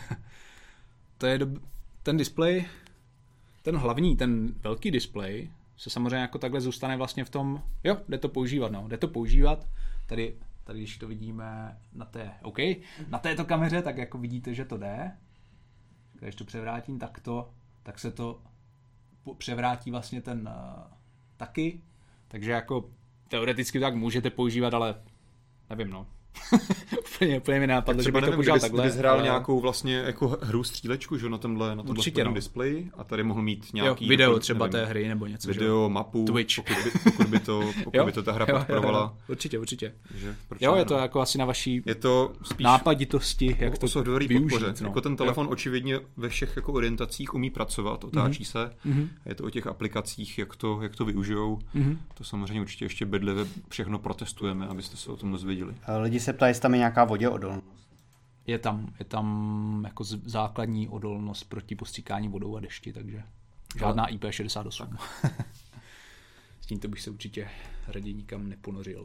to je dob... ten displej, ten hlavní, ten velký displej se samozřejmě jako takhle zůstane vlastně v tom, jo, jde to používat, no, jde to používat, tady, tady když to vidíme na té, OK, na této kameře, tak jako vidíte, že to jde. Když to převrátím takto, tak se to převrátí vlastně ten uh, taky. Takže jako teoreticky tak můžete používat, ale nevím, no. úplně, úplně mi nápadlo, že bych to nevím, použil kdybys, takhle. kdybys hrál ale... nějakou vlastně jako hru střílečku, že na tomhle, na tomhle spodním no. displeji a tady mohl mít nějaký... Jo, video jako, třeba nevím, té hry nebo něco. Video, že? mapu, Twitch. pokud by, pokud by to, pokud by to ta hra jo, podporovala. Jo, jo, určitě, určitě. Že, jo, je ne, to no. jako asi na vaší je to spíš nápaditosti, jak to softwarový využít. podpoře. No. Jako ten telefon jo. očividně ve všech jako orientacích umí pracovat, otáčí mm-hmm. se. Mm-hmm. Je to o těch aplikacích, jak to, jak to využijou. Mm-hmm. To samozřejmě určitě ještě bedlivě všechno protestujeme, abyste se o tom dozvěděli. Lidi se ptají, jestli tam je nějaká voděodolnost. Je tam, je tam jako základní odolnost proti postříkání vodou a dešti, takže žádná I P šedesát osm. S tímto bych se určitě raději nikam neponořil.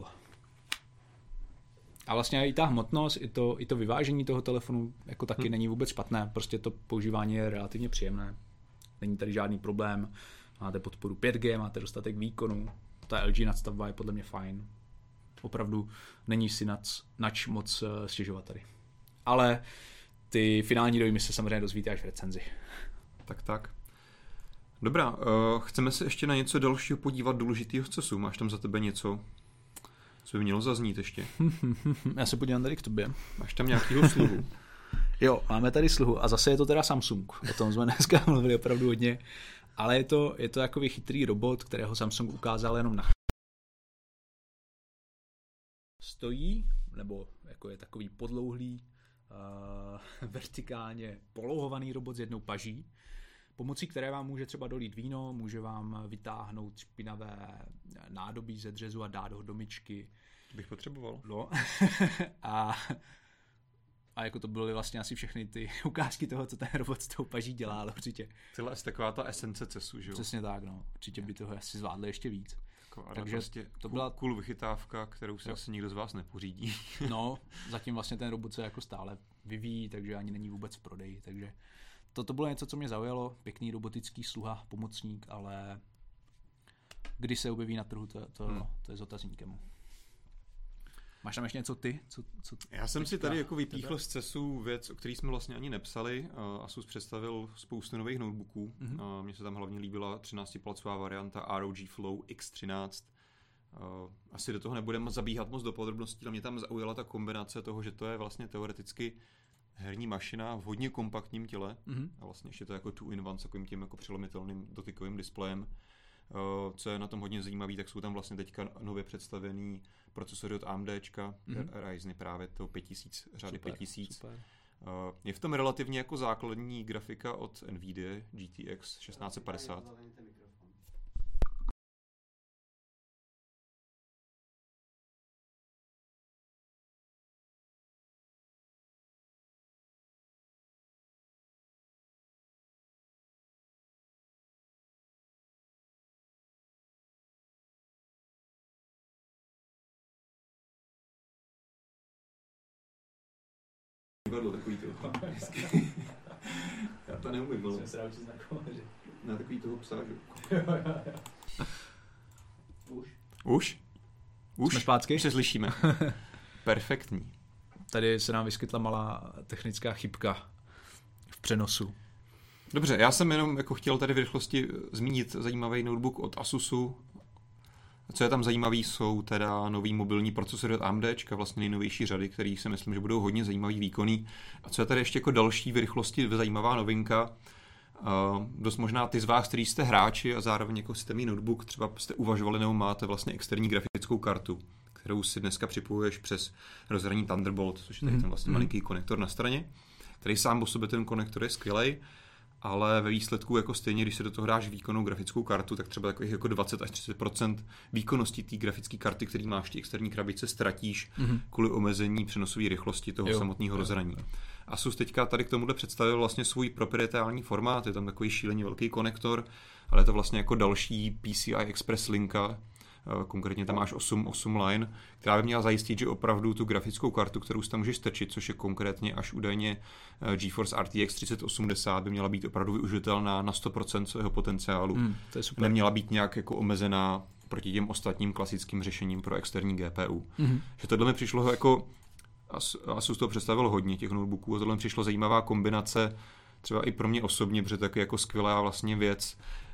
A vlastně i ta hmotnost, i to, i to vyvážení toho telefonu jako taky hmm. není vůbec špatné. Prostě to používání je relativně příjemné. Není tady žádný problém. Máte podporu pět G, máte dostatek výkonu. Ta L G nadstavba je podle mě fajn. Opravdu není si nac, nač moc uh, stěžovat tady. Ale ty finální dojmy se samozřejmě dozvíte až v recenzi. Tak, tak. Dobrá, uh, chceme se ještě na něco dalšího podívat důležitýho z cesu. Máš tam za tebe něco, co by mělo zaznít ještě? Já se podívám tady k tobě. Máš tam nějakýho sluhu? Jo, máme tady sluhu a zase je to teda Samsung. O tom jsme dneska mluvili opravdu hodně. Ale je to, je to takový chytrý robot, kterého Samsung ukázal jenom na stojí, nebo jako je takový podlouhlý, uh, vertikálně polohovaný robot s jednou paží, pomocí které vám může třeba dolít víno, může vám vytáhnout špinavé nádobí ze dřezu a dát ho do myčky. Bych potřeboval. No. a, a jako to byly vlastně asi všechny ty ukázky toho, co ten robot s tou paží dělá, ale určitě. Tohle je taková ta esence cesu, že jo? Přesně tak, no. Určitě by toho asi zvládli ještě víc. Taková, takže prostě to byla cool vychytávka, kterou si jo. asi nikdo z vás nepořídí. No, zatím vlastně ten robot se jako stále vyvíjí, takže ani není vůbec v prodeji, takže toto bylo něco, co mě zaujalo, pěkný robotický sluha, pomocník, ale kdy se objeví na trhu, to, to, hmm. to je s otazníkem. Máš tam ještě něco ty? Co, co Já jsem si tady jako vypíchl z cesu věc, o který jsme vlastně ani nepsali. Asus představil spoustu nových notebooků. Mm-hmm. Mně se tam hlavně líbila třináctipalcová varianta R O G Flow X třináct. Asi do toho nebudeme zabíhat moc do podrobností, ale mě tam zaujala ta kombinace toho, že to je vlastně teoreticky herní mašina v hodně kompaktním těle. Mm-hmm. A vlastně ještě to jako two-in-one s takovým tím jako přelomitelným dotykovým displejem. Co je na tom hodně zajímavý, tak jsou tam vlastně teďka nově představený procesory od AMDčka, mm-hmm. Ryzeny právě toho pět tisíc, řady super, pět tisíc. Super. Je v tom relativně jako základní grafika od Nvidia G T X šestnáct padesát. Takový toho. Já to neumím, ale... Na takový toho psa, že? Už? Už? Už? Jsme zpátky? Už se slyšíme. Perfektní. Tady se nám vyskytla malá technická chybka v přenosu. Dobře, já jsem jenom jako chtěl tady v rychlosti zmínit zajímavý notebook od Asusu. Co je tam zajímavý, jsou teda nový mobilní procesory od AMDčka, vlastně nejnovější řady, který si myslím, že budou hodně zajímavý, výkonný. A co je tady ještě jako další v rychlosti zajímavá novinka, uh, dost možná ty z vás, kteří jste hráči a zároveň jako jste mít notebook, třeba jste uvažovali nebo máte vlastně externí grafickou kartu, kterou si dneska připojuješ přes rozhraní Thunderbolt, což je tady ten vlastně malinký konektor na straně, který sám o sobě ten konektor je skvělej, ale ve výsledku jako stejně, když se do toho dáš výkonnou grafickou kartu, tak třeba takových jako dvacet až třicet procent výkonnosti té grafické karty, který máš v té externí krabice, ztratíš mm-hmm. kvůli omezení přenosové rychlosti toho jo, samotného jo, rozhraní. Jo. Asus teďka tady k tomuhle představil vlastně svůj proprietární formát, je tam takový šíleně velký konektor, ale je to vlastně jako další P C I Express linka, konkrétně tam máš osm, osm line, která by měla zajistit, že opravdu tu grafickou kartu, kterou si tam můžeš strčit, což je konkrétně až údajně GeForce R T X třicet osmdesát, by měla být opravdu využitelná na sto procent svého potenciálu. Hmm, to je super. Neměla být nějak jako omezená proti těm ostatním klasickým řešením pro externí G P U. Hmm. Že tohle mi přišlo jako, Asus to představil hodně těch notebooků, a tohle mi přišlo zajímavá kombinace, třeba i pro mě osobně, protože taky jako skvělá vlastně věc,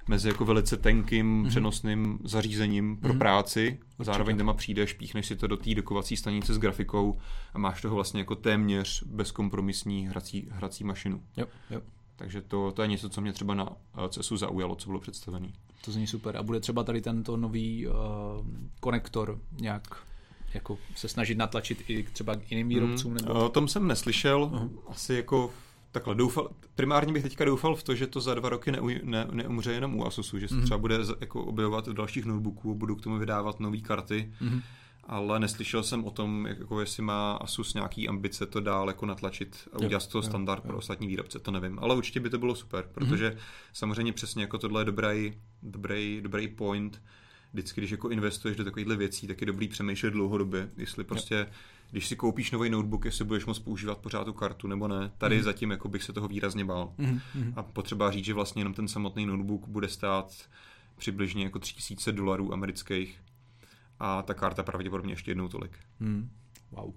mezi jako velice tenkým mm-hmm. přenosným zařízením pro mm-hmm. práci. Zároveň doma přijdeš, píchneš si to do té dokovací stanice s grafikou a máš toho vlastně jako téměř bezkompromisní hrací, hrací mašinu. Jo, jo. Takže to, to je něco, co mě třeba na C E S u zaujalo, co bylo představené. To zní super. A bude třeba tady tento nový uh, konektor nějak jako se snažit natlačit i třeba k jiným výrobcům? Nebo... Hmm, o tom jsem neslyšel. Uh-huh. Asi jako takhle doufal. Primárně bych teďka doufal v to, že to za dva roky neu, ne, neumře jenom u Asusu, že se uh-huh. třeba bude jako objevovat v dalších notebooků, budou k tomu vydávat nové karty. Uh-huh. Ale neslyšel jsem o tom, jako jestli má Asus nějaký ambice to dál jako natlačit a udělat z toho standard jo, pro ostatní výrobce, to nevím. Ale určitě by to bylo super, protože mm-hmm. samozřejmě přesně jako tohle je dobrý, dobrý, dobrý point. Vždycky, když jako investuješ do takovýchhle věcí, tak je dobrý přemýšlet dlouhodobě, jestli prostě, jo. když si koupíš nový notebook, jestli budeš moct používat pořád tu kartu nebo ne. Tady mm-hmm. zatím jako bych se toho výrazně bál. Mm-hmm. A potřeba říct, že vlastně jenom ten samotný notebook bude stát přibližně jako tři tisíce dolarů amerických. A ta karta pravděpodobně ještě jednou tolik. Hmm. Wow.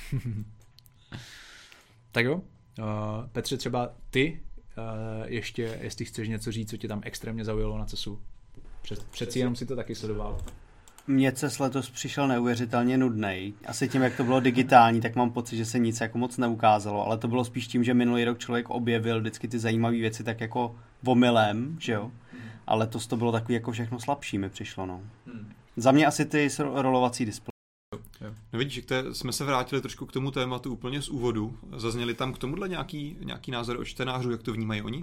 Tak jo. Uh, Petře, třeba ty uh, ještě, jestli chceš něco říct, co tě tam extrémně zaujalo na C E S u. Před, přeci jenom si to taky sledoval. Mně C E S letos přišel neuvěřitelně nudnej. Asi tím, jak to bylo digitální, tak mám pocit, že se nic jako moc neukázalo, ale to bylo spíš tím, že minulý rok člověk objevil vždycky ty zajímavé věci tak jako omylem, že jo? Ale letos to bylo takový jako všechno slabší, mi přišlo, no. Hmm. Za mě asi ty rolovací displeje. No vidíš, že jsme se vrátili trošku k tomu tématu úplně z úvodu. Zazněli tam k tomuhle nějaký, nějaký názor od čtenářů, jak to vnímají oni?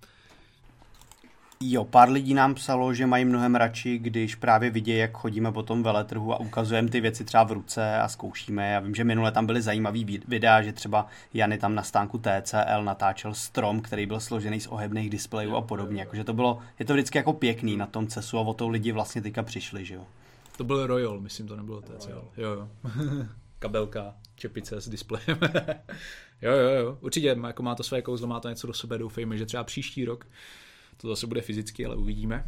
Jo, pár lidí nám psalo, že mají mnohem radši, když právě vidějí, jak chodíme po tom veletrhu a ukazujeme ty věci třeba v ruce a zkoušíme. Já vím, že minule tam byly zajímavý videa, že třeba Jany tam na stánku T C L natáčel strom, který byl složený z ohebných displejů a podobně. Jakože to bylo, je to vždycky jako pěkný na tom C E S u a o to lidi vlastně teďka přišli, že jo. To byl Royal, myslím, to nebylo T C L. Jo, jo. Kabelka, čepice s displejem. jo, jo, jo. Určitě jako má to své kouzlo, má to něco do sebe. Doufejme, že třeba příští rok to zase bude fyzicky, ale uvidíme.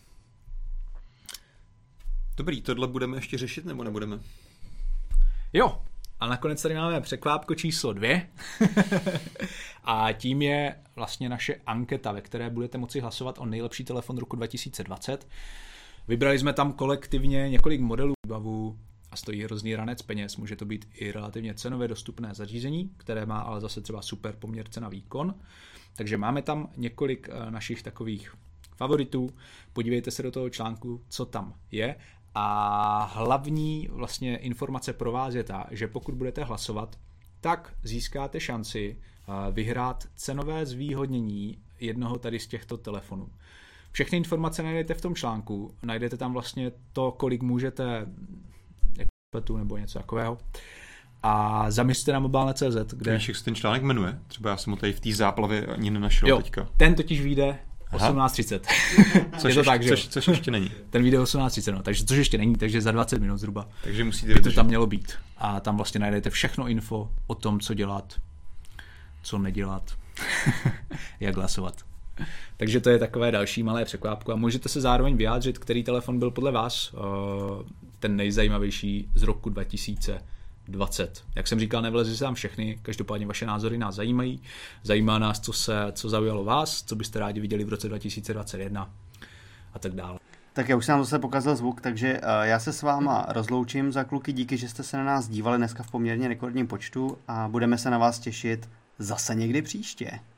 Dobrý, tohle budeme ještě řešit, nebo nebudeme? Jo, a nakonec tady máme překvápko číslo dvě. A tím je vlastně naše anketa, ve které budete moci hlasovat o nejlepší telefon roku dva tisíce dvacet. Vybrali jsme tam kolektivně několik modelů výbavu a stojí hrozný ranec peněz. Může to být i relativně cenově dostupné zařízení, které má ale zase třeba super poměr cena výkon. Takže máme tam několik našich takových favoritů. Podívejte se do toho článku, co tam je. A hlavní vlastně informace pro vás je ta, že pokud budete hlasovat, tak získáte šanci vyhrát cenové zvýhodnění jednoho tady z těchto telefonů. Všechny informace najdete v tom článku, najdete tam vlastně to, kolik můžete jako nebo něco takového. A zaměřte na mobilne tečka cé zet, kde... Víš, jak se ten článek jmenuje? Třeba já jsem ho tady v té záplavě ani nenašel jo, teďka. Ten totiž vyjde osmnáct třicet. což, je to tak, což, což, což ještě není. Ten vyjde osmnáct třicet, no, takže což ještě není, takže za dvacet minut zhruba. Takže musíte by to tam mělo být. A tam vlastně najdete všechno info o tom, co dělat, co nedělat, jak hlasovat. Takže to je takové další malé překvápko a můžete se zároveň vyjádřit, který telefon byl podle vás ten nejzajímavější z roku dva tisíce dvacet. Jak jsem říkal, nevlezli se tam všechny, každopádně vaše názory nás zajímají. Zajímá nás, co se, co zaujalo vás, co byste rádi viděli v roce dva tisíce dvacet jedna a tak dále. Tak já už jsem nám zase pokazil zvuk, takže uh, já se s váma rozloučím za kluky, díky, že jste se na nás dívali dneska v poměrně rekordním počtu a budeme se na vás těšit zase někdy příště.